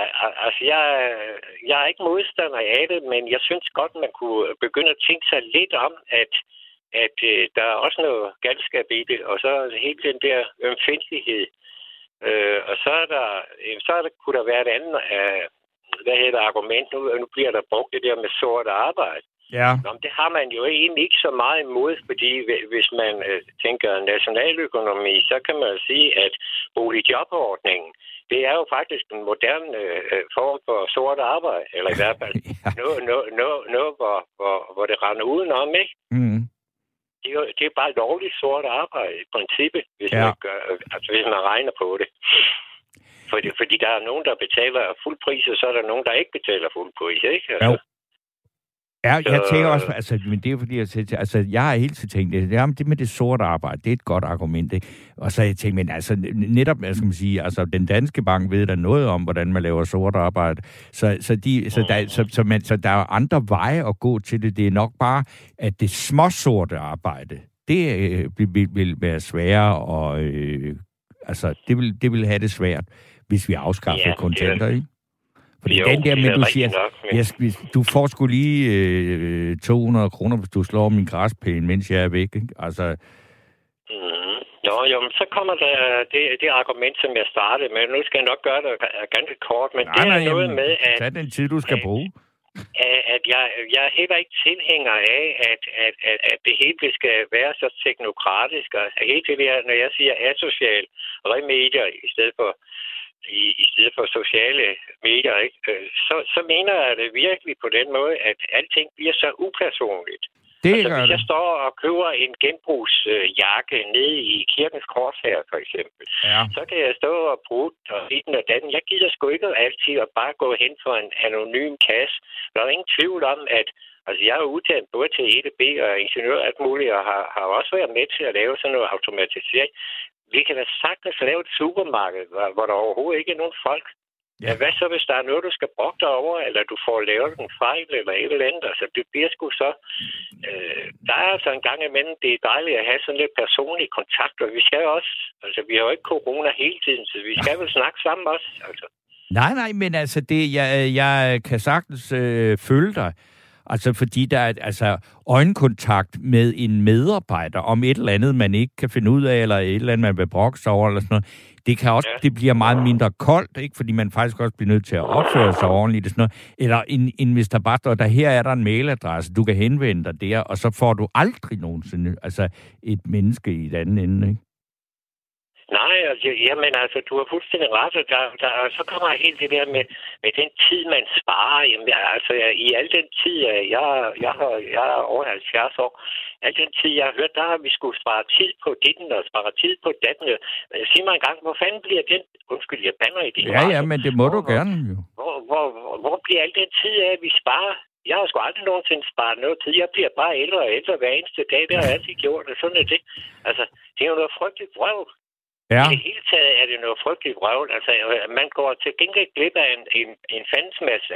jeg er ikke modstander af det, men jeg synes godt, man kunne begynde at tænke sig lidt om, at der er også noget galskab i det, og så hele den der ømfindtlighed. Og så kunne der være et andet argument. Nu bliver der brugt det der med sort arbejde. Ja. Nå, det har man jo egentlig ikke så meget imod, fordi hvis man tænker nationaløkonomi, så kan man sige, at boligjobordningen, det er jo faktisk en moderne form for sort arbejde, eller i hvert fald noget hvor det render udenom, ikke? Mm. Det er bare lovligt sort arbejde i princippet, hvis man regner på det. Fordi der er nogen, der betaler fuld pris, og så er der nogen, der ikke betaler fuld pris, ikke? Altså. Ja, jeg tænker også, altså, men det er fordi, jeg har hele tiden tænkt, det med det sorte arbejde, det er et godt argument, ikke? Og så har jeg tænkt, men altså, netop, skal man sige, altså, den danske bank ved der noget om, hvordan man laver sort arbejde, så der er andre veje at gå til det. Det er nok bare, at det småsorte arbejde, det vil være sværere, og altså, det vil have det svært, hvis vi afskaffer kontanter, ikke? Fordi den der med, du siger, du får sgu lige 200 kroner, hvis du slår min græsplæne, mens jeg er væk, ikke? Altså... Jo, men så kommer der det argument, som jeg startede med. Nu skal jeg nok gøre det ganske kort, men det er noget med, at... Det er den tid, du skal bruge. At jeg er heller ikke tilhænger af, at det hele skal være så teknokratisk. Og helt det der, når jeg siger asocial remedier i stedet for sociale medier, ikke? Så mener jeg det virkelig på den måde, at alting bliver så upersonligt. Hvis jeg står og køber en genbrugsjakke nede i Kirkens Korshær, for eksempel, så kan jeg stå og bruge og den og den. Jeg gider sgu ikke altid at bare gå hen for en anonym kasse. Der er ingen tvivl om, at jeg er uddannet både til EDB og ingeniør og alt muligt, og har også været med til at lave sådan noget automatisering. Vi kan da sagtens lave et supermarked, hvor der overhovedet ikke er nogen folk. Ja, hvad så, hvis der er noget, du skal brokke dig over, eller du får lavet en fejl, eller et eller andet? Altså, det bliver sgu så... der er altså en gang imellem, det er dejligt at have sådan lidt personlig kontakt, og vi skal også... Altså, vi har jo ikke corona hele tiden, så vi skal vel snakke sammen også, altså. Nej, men altså, jeg kan sagtens følge dig. Altså, fordi der er øjenkontakt med en medarbejder om et eller andet, man ikke kan finde ud af, eller et eller andet, man vil brokke sig over, eller sådan noget. Det kan også, det bliver meget mindre koldt, ikke? Fordi man faktisk også bliver nødt til at opføre sig ordentligt, og sådan noget. Eller hvis der bare står, her er der en mailadresse, du kan henvende dig der, og så får du aldrig nogensinde, et menneske i den anden ende, ikke? Nej, du har fuldstændig ret, og så kommer helt det der med den tid, man sparer. Jamen, i al den tid, jeg er over 70 år, al den tid, jeg har hørt, der har vi skulle spare tid på ditten og spare tid på datten. Sig mig en gang, hvor fanden bliver den? Undskyld, jeg bander i din Ja, men det må du gerne, jo. Hvor bliver al den tid af, at vi sparer? Jeg har sgu aldrig nogensinde sparet noget tid. Jeg bliver bare ældre og ældre hver eneste dag. Det har jeg altid gjort, og sådan er det. Altså, det er jo noget frygteligt vrøvl. Ja. I det hele taget er det noget frygteligt vrøvl. Altså, man går til gengæld glip af en fandens masse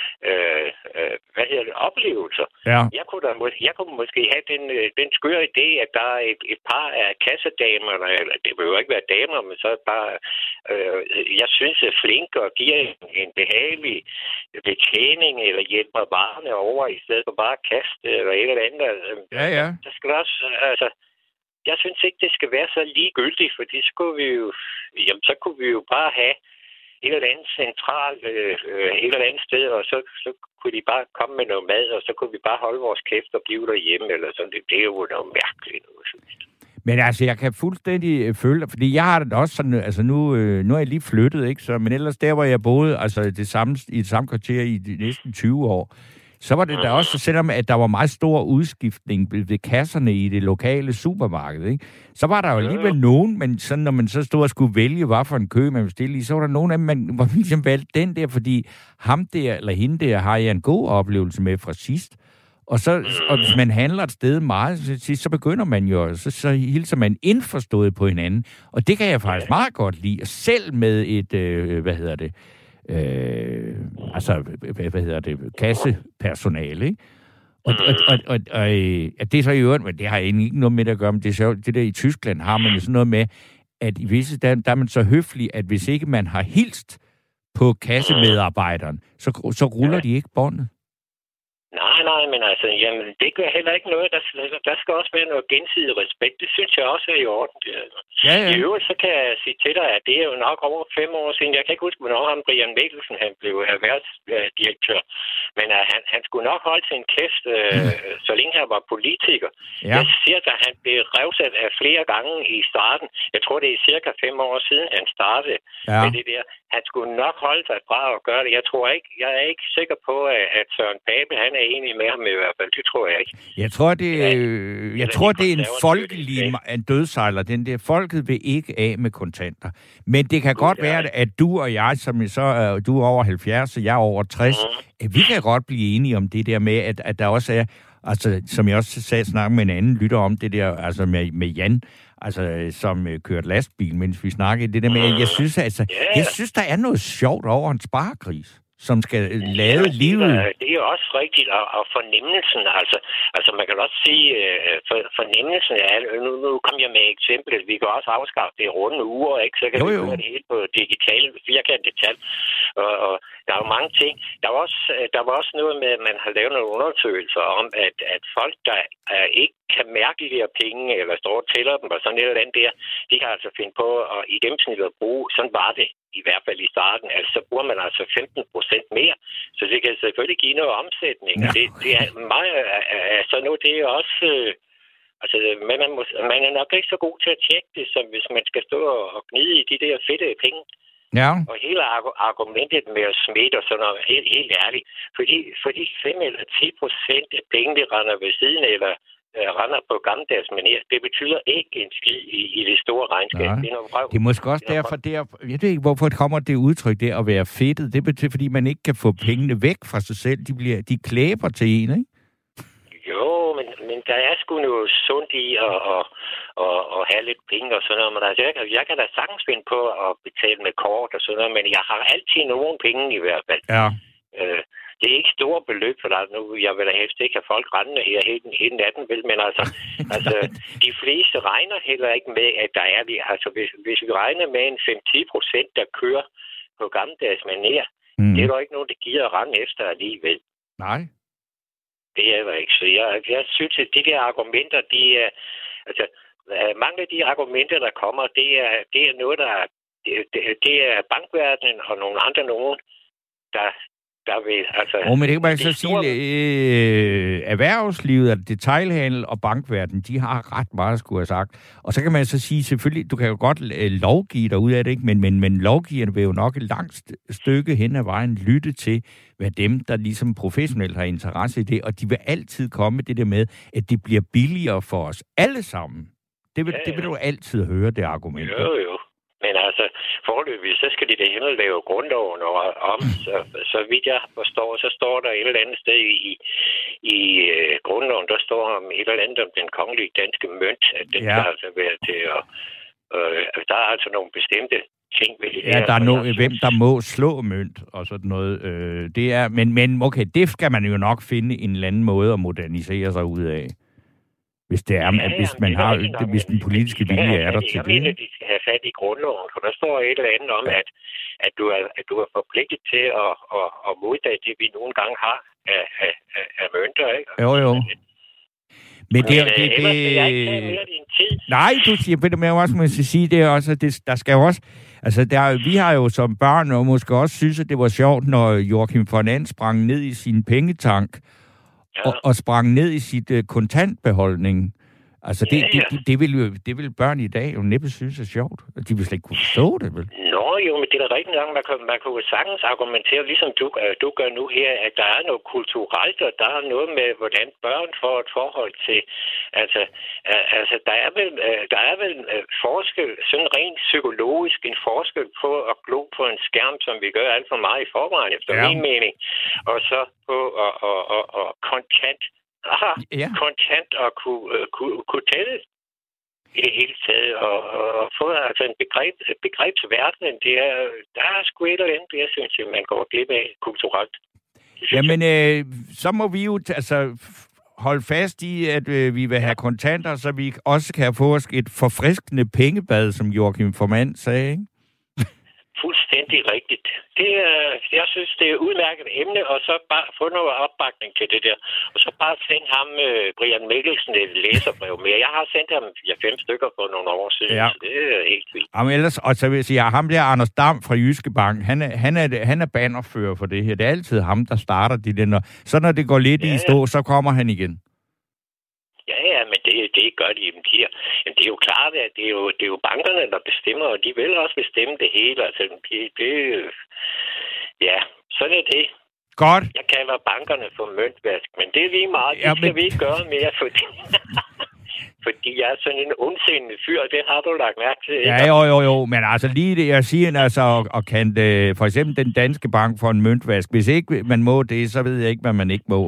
oplevelser. Ja. Jeg kunne måske have den skøre idé, at der er et par af kassedamer, eller det behøver ikke være damer, men så bare, jeg synes er flinke og giver en behagelig betjening, eller hjælper varerne over, i stedet for bare at kaste, eller et eller andet. Ja. Så skal der også, altså, jeg synes ikke, det skal være så ligegyldigt, fordi så kunne vi jo bare have et eller andet centralt, et eller andet sted, og så kunne de bare komme med noget mad, og så kunne vi bare holde vores kæft og blive derhjemme, eller sådan. Det er jo noget mærkeligt, synes jeg. Men altså, jeg kan fuldstændig føle, fordi jeg har det også sådan, altså nu er jeg lige flyttet, ikke? Så, men ellers der, hvor jeg boede, altså i det samme kvarter i de næsten 20 år, så var det da også, selvom at der var meget stor udskiftning ved kasserne i det lokale supermarked, ikke? Så var der jo alligevel nogen, men sådan, når man så stod og skulle vælge, hvad for en kø man ville stille i, så var der nogen af dem, man var ligesom valgt den der, fordi ham der eller hende der har jeg en god oplevelse med fra sidst. Og hvis man handler et sted meget, så begynder man jo, så hilser man indforstået på hinanden. Og det kan jeg faktisk meget godt lide. Selv med et, kassepersonale, ikke? Og det er så i øvrigt, men det har egentlig ikke noget med det at gøre, men det er sjovt, det der i Tyskland har man jo sådan noget med, at i visse der er man så høflig, at hvis ikke man har hilst på kassemedarbejderen, så ruller de ikke båndet. Nej, men altså, jamen, det gør heller ikke noget. Der skal også være noget gensidig respekt. Det synes jeg også er i orden. Ja. I øvrigt, så kan jeg sige til dig, at det er jo nok over 5 år siden. Jeg kan ikke huske, hvornår ham Brian Mikkelsen, han blev erhvervsdirektør. Men han skulle nok holde sin kæft, så længe han var politiker. Ja. Jeg siger, at han blev revsat af flere gange i starten. Jeg tror, det er cirka 5 år siden, han startede med det der. Han skulle nok holde sig fra at gøre det. Jeg er ikke sikker på, at Søren Pape, han er enig med ham i hvert fald. Det tror jeg ikke. Jeg tror, det er en folkelig en dødsejler. Den der folket vil ikke af med kontanter. Men det kan godt være, at du og jeg, som så du er over 70, og jeg er over 60, vi kan godt blive enige om det der med, at der også er, altså, som jeg også sagde, snakke med en anden lytter om det der, altså med Jan, altså, som kørte lastbil, mens vi snakkede. Det der med, jeg synes, der er noget sjovt over en sparekris, som skal lade livet. Det er jo også rigtigt, og fornemmelsen, altså man kan også sige, fornemmelsen er, nu kom jeg med et eksempel, vi kan også afskaffe det runde uger, ikke? Så kan vi gøre det helt på digitale, firkantede tal, og der er jo mange ting. Der var også noget med, at man har lavet nogle undersøgelser om, at folk, der ikke kan mærke de her penge, eller står og tæller dem, og sådan et eller andet der, de kan altså finde på at i gennemsnit at bruge, sådan var det i hvert fald i starten, altså så bruger man altså 15% mere, så det kan selvfølgelig give noget omsætning, og det er meget, så nu det er også, man er nok ikke så god til at tjekke det, som hvis man skal stå og gnide i de der fedte penge. Ja. Og hele argumentet med at smitte og sådan noget, helt ærligt, fordi 5 eller 10% af penge, de render ved siden, eller render på gammeldags manér, det betyder ikke en skid i det store regnskab. Det er måske også derfor, jeg ved ikke, hvorfor det kommer det udtryk der at være fedtet. Det betyder, fordi man ikke kan få pengene væk fra sig selv. De klæber til en, ikke? Jo, men der er sgu noget sundt i at have lidt penge og sådan noget. Men altså, jeg kan da sagtens finde på at betale med kort og sådan noget, men jeg har altid nogle penge i hvert fald. Ja. Det er ikke store beløb, for nu jeg vil da helst ikke have folk rendende her hele natten, vel, men altså de fleste regner heller ikke med, at der er vi, altså hvis vi regner med en 5-10%, der kører på gammeldags manér, det er der ikke nogen, der gider at rende efter alligevel. Nej. Det er jo ikke. Så jeg synes, at de der argumenter, de er, altså mange af de argumenter, der kommer, det er noget, der det er bankverdenen og nogle andre nogen, der vil, altså... men det kan man så sige, erhvervslivet, detailhandel og bankverden, de har ret meget, skulle jeg have sagt. Og så kan man så sige, selvfølgelig, du kan jo godt lovgive dig ud af det, ikke? Men lovgiverne vil jo nok et langt stykke hen ad vejen lytte til, hvad dem, der ligesom professionelt har interesse i det, og de vil altid komme med det der med, at det bliver billigere for os alle sammen. Det vil du altid høre, det argument. Jo. Men altså foreløbig, så skal de da hen og lave grundloven om. Så vidt jeg forstår, så står der et eller andet sted i grundloven, der står om et eller andet om den kongelige danske mønt, at den skal altså være til at... der er altså nogle bestemte ting ved det. Ja, der er hvem der må slå mønt og sådan noget. Det er, men okay, det skal man jo nok finde en eller anden måde at modernisere sig ud af. Hvis det er, hvis den politiske vilje er der til det. Jeg mener, de skal have fat i grundloven, for der står et eller andet om, at du er forpligtet til at modtage det, vi nogle gange har af mønter, ikke? Jo. Men det nej, du siger, men jeg også må sige, det er også, at der skal jo også, altså vi har jo som børn og måske også synes, at det var sjovt, når Joachim von And sprang ned i sin pengetank, og sprang ned i sit kontantbeholdning. Altså, det vil børn i dag jo næppe synes er sjovt. De vil slet ikke kunne forstå det, vel? Nå, jo, men det er da rigtig nok. Man kan jo sagtens argumentere, ligesom du gør nu her, at der er noget kulturelt, og der er noget med, hvordan børn får et forhold til... Altså, der er vel forskel, sådan rent psykologisk, en forskel på at glo på en skærm, som vi gør alt for meget i forvejen, efter min mening, og så på at kontant og kunne tælle i det hele taget, og få altså en begrebsverden, der er sgu et eller andet, jeg synes, at man går glip af kulturelt. Jamen, så må vi jo holde fast i, at vi vil have kontanter, så vi også kan få os et forfriskende pengebad, som Joachim von And sagde, ikke? Fuldstændig rigtigt. Jeg synes, det er et udmærket emne, og så bare få noget opbakning til det der. Og så bare send ham, Brian Mikkelsen, et læserbrev mere. Jeg har sendt ham 5 stykker for nogle år siden, så det er helt vildt. Jamen ellers, og så vil jeg sige, at ham der Anders Dam fra Jyske Bank, han er bannerfører for det her. Det er altid ham, der starter de der. Så når det går lidt i stå, så kommer han igen. Ja, men det gør de. Men det er jo klart, at det er jo bankerne, der bestemmer, og de vil også bestemme det hele. Altså, sådan er det. Godt. Jeg kalder bankerne for møntvask, men det er lige meget. Det skal vi ikke gøre mere, fordi jeg er sådan en ondsindende fyr, det har du lagt mærke til. Ja, jo, men altså lige det, jeg siger, altså at kende for eksempel den danske bank for en møntvask. Hvis ikke man må det, så ved jeg ikke, hvad man ikke må.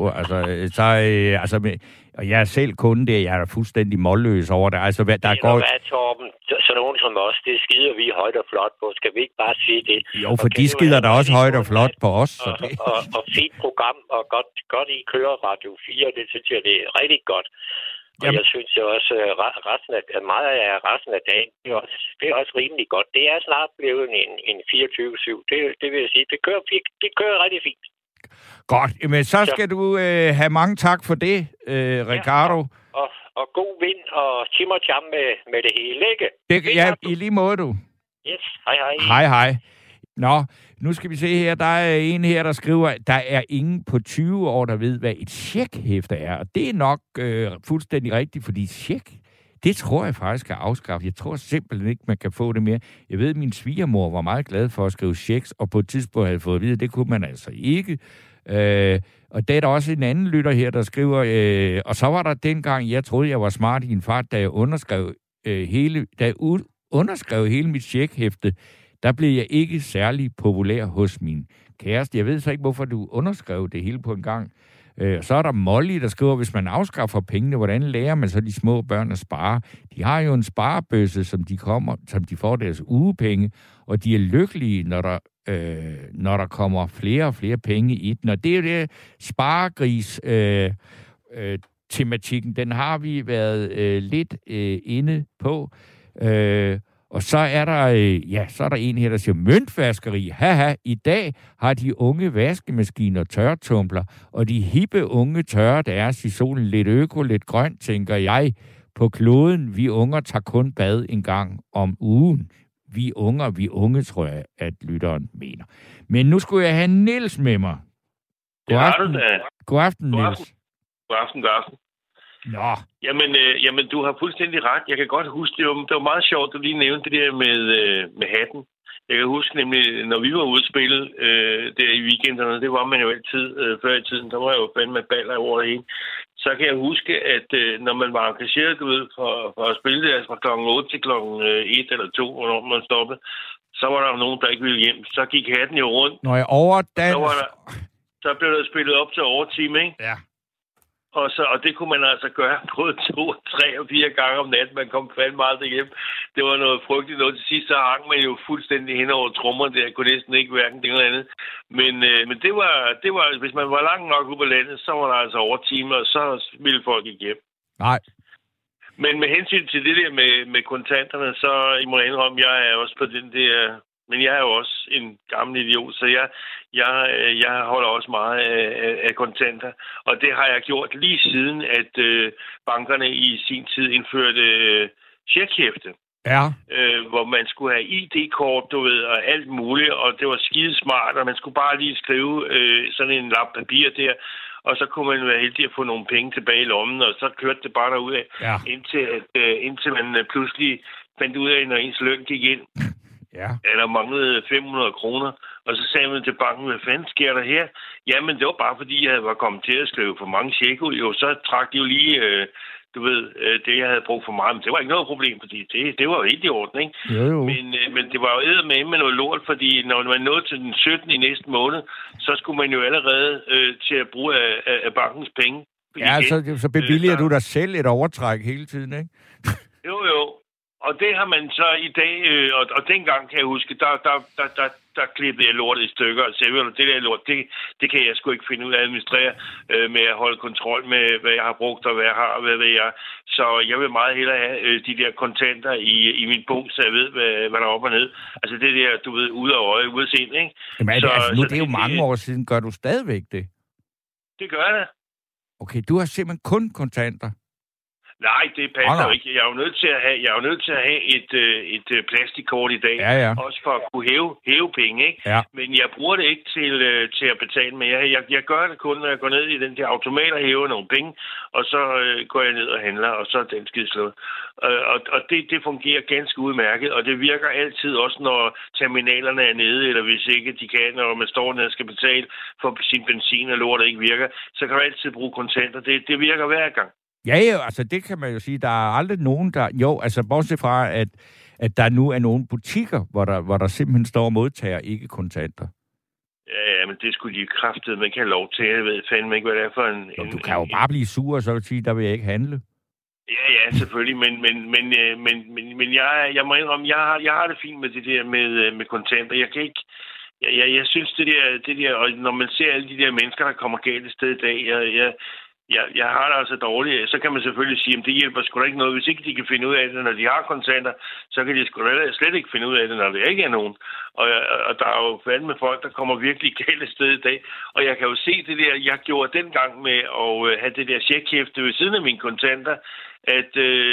Og jeg er selv kunde der, jeg er fuldstændig målløs over det. Altså, der går... Torben, så nogen som os, det skider vi højt og flot på. Skal vi ikke bare sige det? Jo, for de skider da også højt og flot på os. Og fint program, og godt I kører Radio 4, det synes jeg, det er rigtig godt. Og jeg synes jo også, meget af resten af dagen, det er også rimelig godt. Det er snart blevet en 24/7. Det vil jeg sige, det kører rigtig fint. Godt, men så skal du have mange tak for det, Ricardo. Ja, og god vind og tim og jam med det hele, ikke? I lige måde, du. Yes, hej. Hej. Nå, nu skal vi se her. Der er en her, der skriver, at der er ingen på 20 år, der ved, hvad et checkhæfte er. Og det er nok fuldstændig rigtigt, fordi check, det tror jeg faktisk er afskaffet. Jeg tror simpelthen ikke, man kan få det mere. Jeg ved, at min svigermor var meget glad for at skrive checks, og på et tidspunkt havde fået at vide, at det kunne man altså ikke. Og der er der også en anden lytter her, der skriver, og så var der dengang, jeg troede, jeg var smart i en fart, da jeg underskrev hele mit checkhæfte, der blev jeg ikke særlig populær hos min kæreste. Jeg ved så ikke, hvorfor du underskrev det hele på en gang. Så er der Molly, der skriver, hvis man afskaffer pengene, hvordan lærer man så de små børn at spare? De har jo en sparebøsse, som de får deres ugepenge, og de er lykkelige, når der kommer flere og flere penge i den. Og det er jo det sparegris tematikken, den har vi været lidt inde på. Og så er der en her, der siger, møntvaskeri. Haha, i dag har de unge vaskemaskiner tørretumbler, og de hippe unge tørrer deres i solen. Lidt øko, lidt grønt, tænker jeg. På kloden, vi unger tager kun bad en gang om ugen. Vi unge, tror jeg, at lytteren mener. Men nu skulle jeg have Niels med mig. God aften, Niels. God aften. Nå. Jamen, du har fuldstændig ret. Jeg kan godt huske, det var meget sjovt, du lige nævnte det der med hatten. Jeg kan huske nemlig, når vi var ude at spille der i weekenderne, det var man jo altid før i tiden, der var jo fandme baller over det hele. så kan jeg huske, at når man var engageret for at spille det, altså fra klokken 8 til klokken 1 eller 2, hvornår man stoppede, så var der jo nogen, der ikke ville hjem. Så gik hatten jo rundt. Når jeg overdans... Så blev der spillet op til overtime, ikke? Ja. Og det kunne man altså gøre både 2, 3 og 4 gange om natten. Man kom fandme aldrig hjem. Det var noget frygteligt noget. Til sidst så hang man jo fuldstændig hen over trommerne der. Jeg kunne næsten ikke hverken det eller andet. Men det var, hvis man var langt nok ude på landet, så var der altså overtimer, og så ville folk ikke hjem. Nej. Men med hensyn til det der med kontanterne, så I må indrømme, jeg er også på den der... Men jeg er jo også en gammel idiot, så jeg holder også meget af kontanter. Og det har jeg gjort lige siden, at bankerne i sin tid indførte checkhæfte. Ja. Hvor man skulle have ID-kort, du ved, og alt muligt. Og det var skidesmart, og man skulle bare lige skrive sådan en lap papir der. Og så kunne man være heldig at få nogle penge tilbage i lommen, og så kørte det bare derudad. Ja. Indtil man pludselig fandt ud af, når ens løn gik ind. Ja. Eller manglede 500 kroner. Og så sagde man til banken, hvad fanden sker der her? Jamen, det var bare fordi, jeg var kommet til at skrive for mange check ud. Jo, så trak de jo lige, det jeg havde brugt for meget. Men det var ikke noget problem, fordi det var jo helt i orden, ikke? Jo. Men det var jo med noget lort, fordi når man nåede til den 17. i næste måned, så skulle man jo allerede til at bruge af bankens penge. Ja, så bevilger du dig selv et overtræk hele tiden, ikke? Jo. Og det har man så i dag, og dengang kan jeg huske, der klippede jeg lortet i stykker. Og det der lort, det kan jeg sgu ikke finde ud af at administrere med at holde kontrol med, hvad jeg har brugt og hvad jeg har og hvad jeg. Så jeg vil meget hellere have de der kontanter i min punkt, så jeg ved, hvad der er op og ned. Altså det der, du ved, ude af øje, ude af sind, ikke? Jamen det er jo mange år siden. Gør du stadigvæk det? Det gør jeg da. Okay, du har simpelthen kun kontanter? Nej, det passer jo ikke. Jeg er jo nødt til at have et plastikkort i dag, også for at kunne hæve penge, ikke? Ja. Men jeg bruger det ikke til at betale med. Jeg gør det kun, når jeg går ned i den der automat og hæver nogle penge, og så går jeg ned og handler, og så er den skide slået. Og det fungerer ganske udmærket, og det virker altid også, når terminalerne er nede, eller hvis ikke de kan, når man står ned og skal betale for sin benzin og lort, der ikke virker, så kan du altid bruge kontanter. Det virker hver gang. Ja, altså det kan man jo sige. Der er aldrig nogen, der... Jo, altså bortset fra, at der nu er nogle butikker, hvor der simpelthen står modtager ikke kontanter. Ja, men det skulle de kraftedeme man kan have lov til. Jeg ved fandme ikke, hvad det er for en... Jo, du kan jo bare blive sur, og så sige, der vil jeg ikke handle. Ja, selvfølgelig, men jeg må indrømme, jeg har det fint med det der med kontanter. Jeg kan ikke... Jeg synes, det der, og når man ser alle de der mennesker, der kommer galt et sted i dag, jeg har det altså dårligt. Så kan man selvfølgelig sige, at det hjælper sgu da ikke noget. Hvis ikke de kan finde ud af det, når de har kontanter, så kan de sgu da slet ikke finde ud af det, når det ikke er nogen. Og der er jo fandme folk, der kommer virkelig galt et sted i dag. Og jeg kan jo se det der, jeg gjorde dengang med at have det der checkhæfte ved siden af mine kontanter, at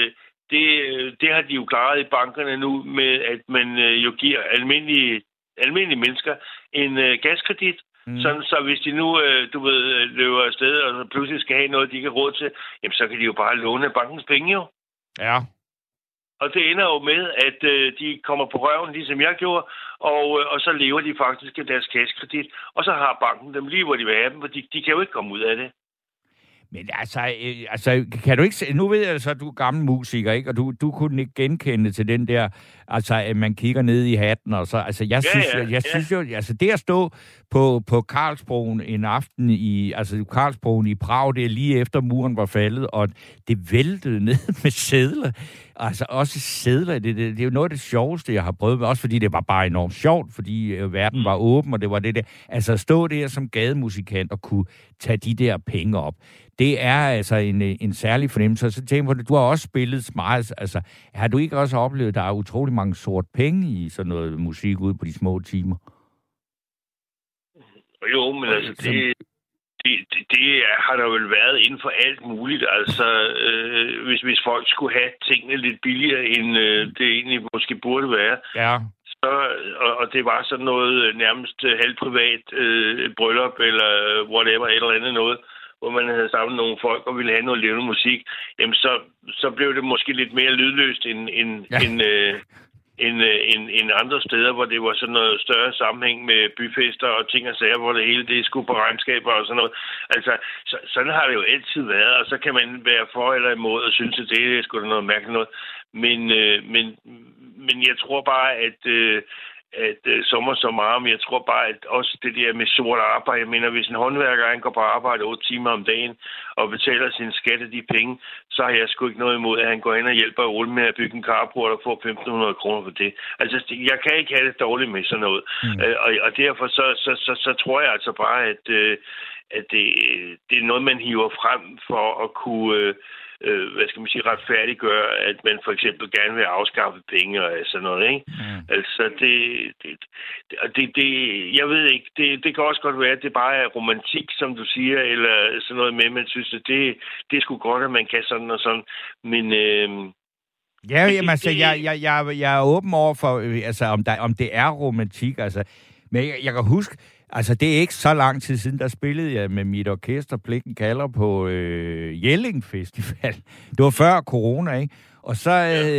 det har de jo klaret i bankerne nu med, at man jo giver almindelige mennesker en gaskredit. Sådan, så hvis de nu, løber afsted og pludselig skal have noget, de ikke har råd til, jamen så kan de jo bare låne bankens penge jo. Ja. Og det ender jo med, at de kommer på røven, ligesom jeg gjorde, og så lever de faktisk af deres kassekredit, og så har banken dem lige, hvor de vil have dem, for de kan jo ikke komme ud af det. Men altså, kan du ikke... Nu ved jeg så, at du er gammel musiker, ikke? Og du kunne ikke genkende til den der... Altså, at man kigger ned i hatten, og så... Altså, jeg synes jo... Altså, det at stå på Karlsbroen en aften i... Altså, Karlsbroen i Prag, det er lige efter muren var faldet, og det væltede ned med sedler. Altså, også sedler. Det er jo noget af det sjoveste, jeg har prøvet med. Også fordi det var bare enormt sjovt, fordi verden var åben, og det var det der... Altså, stå der som gademusikant og kunne tage de der penge op. Det er altså en særlig fornemmelse. Så tænker på det, du har også spillet meget. Altså, har du ikke også oplevet, at der er utrolig mange sort penge i sådan noget musik ude på de små timer? Jo, men altså, det har der vel været inden for alt muligt. Altså, hvis folk skulle have tingene lidt billigere, end det egentlig måske burde være. Ja. Og det var sådan noget nærmest halvprivat bryllup, eller whatever, et eller andet noget, hvor man havde samlet nogle folk og ville have noget levende musik, jamen så blev det måske lidt mere lydløst end andre steder, hvor det var sådan noget større sammenhæng med byfester og ting og sager, hvor det hele det skulle på regnskaber og sådan noget. Altså, sådan har det jo altid været, og så kan man være for eller imod og synes, at det er sgu da noget mærkeligt noget. Men jeg tror bare, at sommer så meget, men jeg tror bare, at også det der med sort arbejde, jeg mener, hvis en håndværker han går på arbejde 8 timer om dagen og betaler sin skat af de penge, så har jeg sgu ikke noget imod, at han går ind og hjælper Ole med at bygge en carport og får 1.500 kroner for det. Altså, jeg kan ikke have det dårligt med sådan noget. Og derfor så tror jeg altså bare, at det er noget, man hiver frem for at kunne hvad skal man sige, retfærdiggøre, at man for eksempel gerne vil afskaffe penge og sådan noget, ikke? Altså, jeg ved ikke, det kan også godt være, at det bare er romantik, som du siger, eller sådan noget med, man synes, at det er sgu godt, at man kan sådan og sådan, men ja, jamen, altså, jeg er åben over for, altså, om det er romantik, altså, men jeg kan huske, altså, det er ikke så lang tid siden, der spillede jeg med mit orkester Blikken kalder på Jelling Festival. Det var før corona, ikke? Og så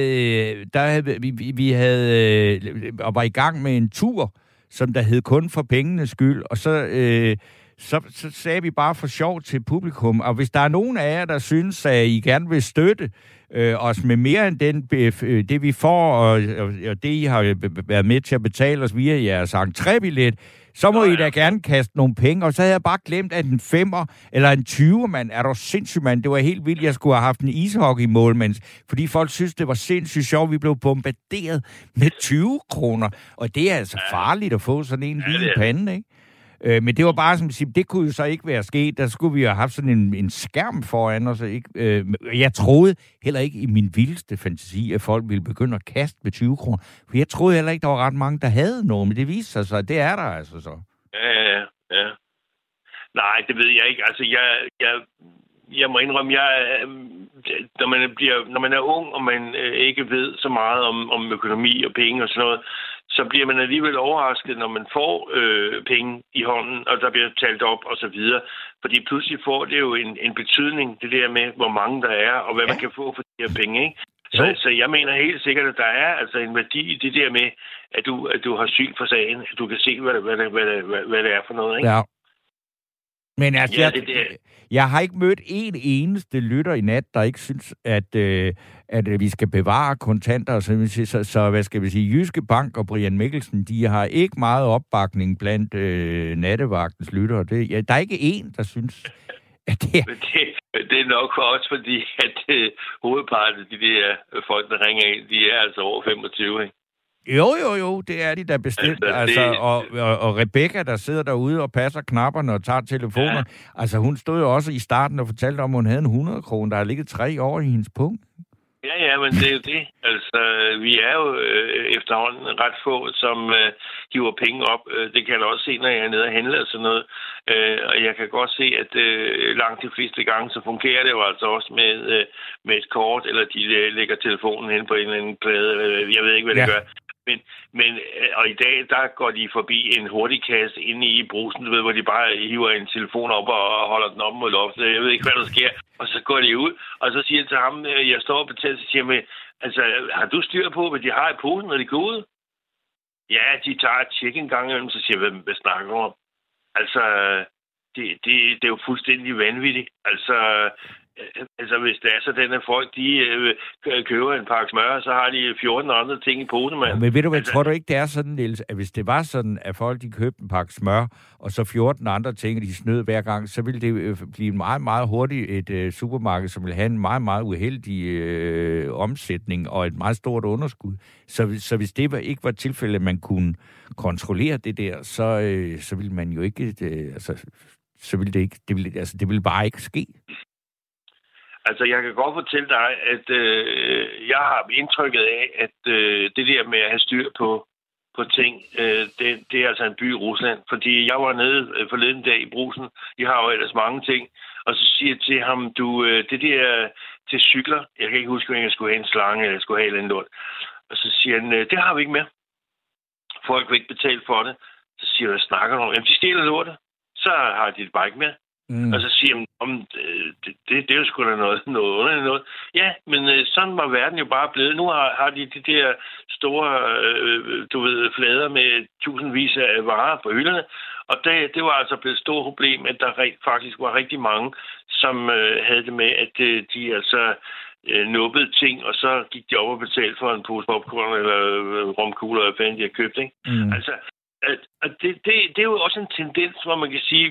vi havde og var i gang med en tur, som der hed Kun for pengenes skyld, og så sagde vi bare for sjov til publikum, og hvis der er nogen af jer, der synes, at I gerne vil støtte os med mere end det vi får, og det I har været med til at betale os via jeres entrébillet, så må I da gerne kaste nogle penge. Og så havde jeg bare glemt, at en 5'er eller en 20'er, mand, er du sindssygt, mand. Det var helt vildt, jeg skulle have haft en ishockeymålmand, fordi folk synes, det var sindssygt sjovt. Vi blev bombarderet med 20 kroner, og det er altså farligt at få sådan en lige i panden, ikke? Men det var bare som at sige, det kunne jo så ikke være sket. Der skulle vi have haft sådan en skærm foran os. Ikke? Jeg troede heller ikke i min vildeste fantasi, at folk ville begynde at kaste med 20 kroner. For jeg troede heller ikke, der var ret mange, der havde noget. Men det viste sig så, at det er der altså så. Ja. Nej, det ved jeg ikke. Altså, jeg må indrømme, når man er ung, og man ikke ved så meget om økonomi og penge og sådan noget, så bliver man alligevel overrasket, når man får penge i hånden, og der bliver talt op og så videre. Fordi pludselig får det jo en betydning, det der med, hvor mange der er, og hvad man kan få for de her penge, ikke? Så jeg mener helt sikkert, at der er altså en værdi i det der med, at du har syn for sagen, at du kan se, hvad det er for noget, ikke? Ja. Men altså, jeg har ikke mødt en eneste lytter i nat, der ikke synes, at vi skal bevare kontanter. Så hvad skal vi sige, Jyske Bank og Brian Mikkelsen, de har ikke meget opbakning blandt nattevagtens lyttere. Der er ikke en, der synes, at det... Det er nok også fordi, at hovedparten af de der folk, der ringer ind, de er altså over 25, ikke? Jo, det er de da bestemt. Og Rebecca, der sidder derude og passer knapperne og tager telefoner, ja. Altså hun stod jo også i starten og fortalte om, at hun havde en 100 kroner, der har ligget 3 år i hendes punkt. Ja, men det er jo det. Altså, vi er jo efterhånden ret få, som hiver penge op. Det kan jeg også se, når jeg er nede og handler og sådan noget. Og jeg kan godt se, at langt de fleste gange, så fungerer det jo altså også med et kort, eller de lægger telefonen hen på en eller anden plade. Jeg ved ikke, hvad det gør. Men og i dag, der går de forbi en hurtigkasse inde i brusen, du ved, hvor de bare hiver en telefon op og holder den op mod loftet. Jeg ved ikke, hvad der sker. Og så går de ud, og så siger jeg til ham, jeg står og betaler, så siger jeg, altså, har du styr på, hvad de har i posen, når de går ud? Ja, de tager et tjek en gang imellem, så siger jeg, hvad snakker du om? Altså, det er jo fuldstændig vanvittigt. Altså, hvis det er sådan, at folk, de køber en pakke smør, så har de 14 andre ting i posen, mand. Men ved du hvad, tror du ikke, det er sådan, Niels, at hvis det var sådan, at folk, de købte en pakke smør, og så 14 andre ting, de snød hver gang, så ville det blive meget, meget hurtigt et supermarked, som ville have en meget, meget uheldig omsætning og et meget stort underskud. Så hvis det ikke var tilfælde, at man kunne kontrollere det der, så ville man jo ikke... så ville det ikke... Det ville bare ikke ske. Altså, jeg kan godt fortælle dig, at jeg har indtrykket af, at det der med at have styr på ting, det er altså en by i Rusland. Fordi jeg var nede forleden dag i Brugsen. De har jo ellers mange ting. Og så siger jeg til ham, det der til cykler, jeg kan ikke huske, om jeg skulle have en slange, eller jeg skulle have et eller andet lort. Og så siger han, det har vi ikke mere. Folk vil ikke betale for det. Så siger jeg, hvad snakker du om? Jamen, de stjæler lortet. Så har de det bare ikke mere. Og så siger de, det er jo sgu da noget underligt noget. Ja, men sådan var verden jo bare blevet. Nu har de der store, flader med tusindvis af varer på hylderne. Og det var altså blevet et stort problem, at der faktisk var rigtig mange, som havde det med, at de altså nubbede ting, og så gik de op og betalte for en pose popcorn eller romkugler, eller hvad de har købt, ikke? Altså, det er jo også en tendens, hvor man kan sige,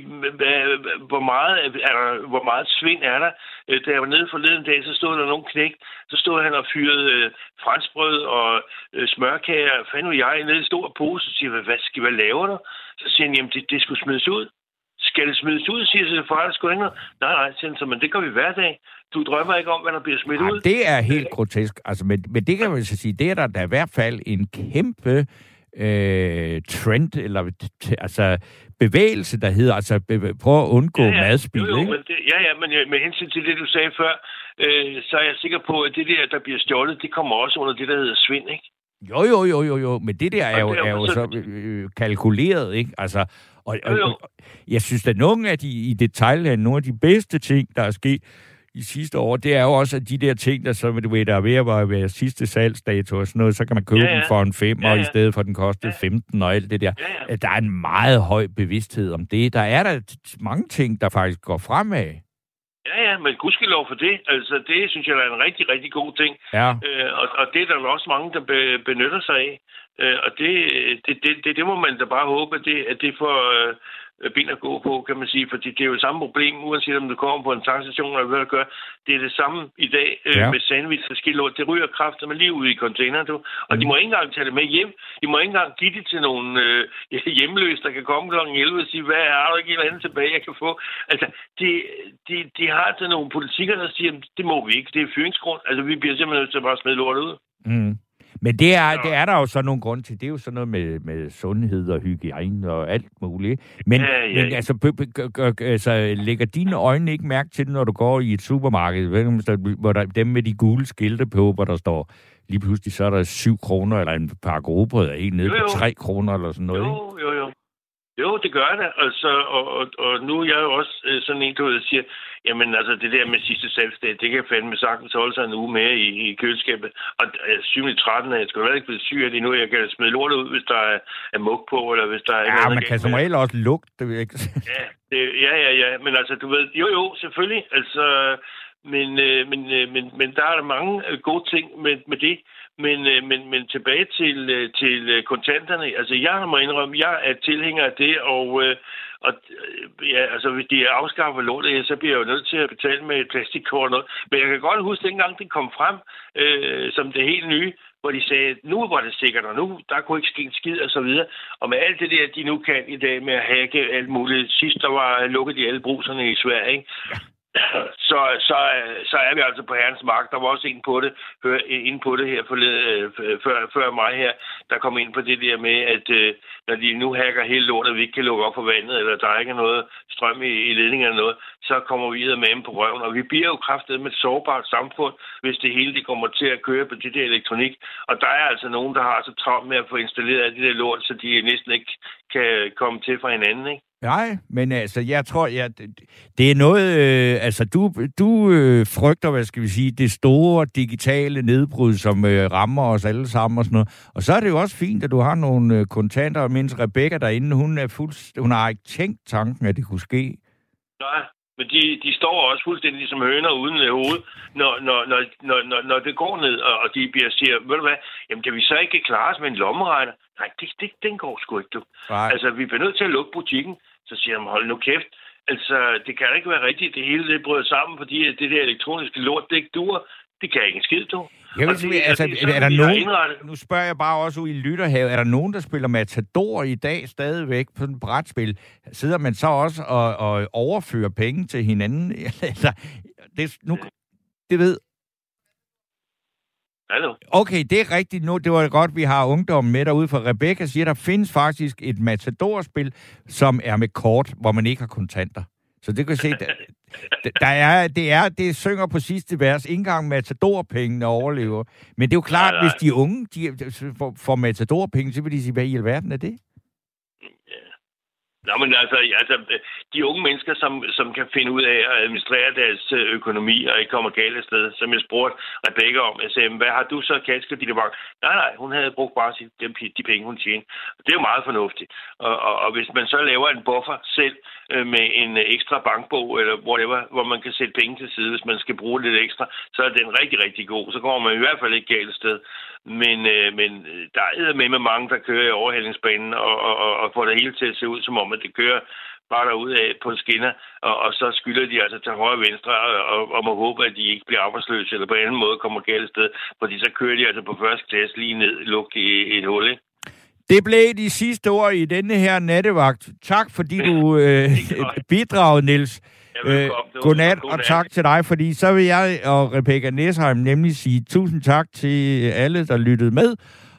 hvor meget svind er der. Da jeg var nede forleden dag, så stod der nogen knægt, så stod han og fyrede franskbrød og smørkager. Fanden jeg nede i stor pose, og siger, hvad laver du? Så siger han, jamen det skulle smides ud. Skal det smides ud, siger sig far, der skulle ikke noget. Nej, siger han så, men det gør vi hver dag. Du drømmer ikke om, hvad der bliver smidt ud. Det er helt grotesk. Altså, men det kan man så sige, det er der i hvert fald en kæmpe trend, eller altså bevægelse, der hedder, altså prøv at undgå madspild, ikke? Men med hensyn til det, du sagde før, så er jeg sikker på, at det der bliver stjålet, det kommer også under det, der hedder svind, ikke? Jo, men det der er jo så kalkuleret, ikke? Altså, og jeg synes, at nogle af de i detailhandlen, nogle af de bedste ting, der er sket i sidste år, det er jo også, at de der ting, der så der er ved at være sidste salgsdato og sådan noget, så kan man købe den for en 5, og i stedet for den kostede 15 og alt det der. Der er en meget høj bevidsthed om det. Der er der mange ting, der faktisk går fremad. Ja, men gudskelov for det. Altså, det synes jeg er en rigtig, rigtig god ting. Ja. Og det er der også mange, der benytter sig af. Og det må man da bare håbe, at det får ben at gå på, kan man sige. Fordi det er jo samme problem, uanset om du kommer på en tankstation eller hvad du gør. Det er det samme i dag med sandwich og skildlort. Det ryger kraftedeme lige ud i containeren, du. Og de må ikke engang tage det med hjem. De må ikke engang give det til nogle hjemløse, der kan komme kl. 11 og sige, hvad er der ikke et eller andet tilbage, jeg kan få? Altså, de har altså nogle politikere, der siger, det må vi ikke. Det er fyringsgrund. Altså, vi bliver simpelthen nødt til at bare smide lort ud. Mm. Men det er der jo så nogle grunde til. Det er jo sådan noget med sundhed og hygiejne og alt muligt. Men altså, lægger dine øjne ikke mærke til det, når du går i et supermarked, hvor der dem med de gule skilte på, hvor der står lige pludselig, så er der 7 kroner, eller en par grobrød er helt nede på 3 kroner, eller sådan noget, ikke? Jo, det gør det. Altså, og nu er jeg jo også sådan en, der siger, jamen altså det der med sidste salgsdag, det kan fandme sagtens holde sig en uge mere i køleskabet. Og 7.13, jeg skal jo ikke blive syg af det nu. Jeg kan smide lortet ud, hvis der er mug på, eller hvis der er... Ja, man kan som regel også lugte det, ikke? Ja. Men altså, du ved, jo, selvfølgelig. Altså, men der er der mange gode ting med det. Men tilbage til kontanterne. Altså, jeg må indrømme, jeg er tilhænger af det, og altså, hvis de afskaffer lortet, så bliver jeg jo nødt til at betale med et plastikkort og noget. Men jeg kan godt huske, dengang det kom frem, som det helt nye, hvor de sagde, nu var det sikkert, og nu, der kunne ikke ske en skid, og så videre. Og med alt det der, de nu kan i dag med at hacke alt muligt. Sidst, der var lukket de alle bruserne i Sverige, ikke? Ja. Så er vi altså på herrens mark. Der var også en på det her før mig her, der kom ind på det der med, at når de nu hacker hele lortet, vi ikke kan lukke op for vandet, eller der er ikke noget strøm i ledningen eller noget, så kommer vi med dem på røven. Og vi bliver jo kraftedet med et sårbart samfund, hvis det hele det kommer til at køre på det der elektronik. Og der er altså nogen, der har så travlt med at få installeret alt det der lort, så de næsten ikke kan komme til fra hinanden, ikke? Nej, men altså, jeg tror, det er noget, altså, du frygter, hvad skal vi sige, det store digitale nedbrud, som rammer os alle sammen og sådan noget. Og så er det jo også fint, at du har nogle kontanter, mens Rebecca derinde, hun har ikke tænkt tanken, at det kunne ske. Nej, men de står også fuldstændig som høner uden hoved, når det går ned, og de siger, ved du hvad, jamen kan vi så ikke klare os med en lommeregner? Nej, den går sgu ikke, du. Nej. Altså, vi bliver nødt til at lukke butikken. Så siger de, hold nu kæft. Altså, det kan ikke være rigtigt, det hele det bryder sammen, fordi det der elektroniske lort, det ikke duer. Det kan ikke en skid, du. Jeg vil sige, er der nogen, nu spørger jeg bare også ud i lytterhavet, er der nogen, der spiller Matador i dag stadigvæk på en brætspil? Sidder man så også og overfører penge til hinanden? Det ved... Hallo. Okay, det er rigtigt nu. Det var godt, vi har ungdommen med derude, for Rebecca siger, der findes faktisk et Matador-spil, som er med kort, hvor man ikke har kontanter. Så det kan se, det synger på sidste vers. Ikke engang Matador-pengene overlever. Men det er jo klart, hvis de unge får Matador-penge, så vil de sige, hvad i alverden er det? Nå, men altså, de unge mennesker, som kan finde ud af at administrere deres økonomi og ikke kommer galt af sted, som jeg spurgte Rebecca om, jeg sagde, hvad har du så kasket i det bank? Nej, hun havde brugt bare de penge, hun tjente. Det er jo meget fornuftigt. Og hvis man så laver en buffer selv med en ekstra bankbog, eller whatever, hvor man kan sætte penge til side, hvis man skal bruge lidt ekstra, så er den rigtig, rigtig god. Så kommer man i hvert fald ikke galt af sted. Men der er med mange, der kører i overhældingsbanen og får det hele til at se ud som om, at det kører bare derude af på skinner, og så skylder de altså til højre og venstre, og må håbe, at de ikke bliver arbejdsløse, eller på en anden måde kommer galt sted, fordi så kører de altså på første klasse lige ned, lukket i et hul, ikke? Det blev de sidste ord i denne her nattevagt. Tak, fordi du bidragede, Niels. Godnat, og tak til dig, fordi så vil jeg og Rebecca Nesheim nemlig sige tusind tak til alle, der lyttede med.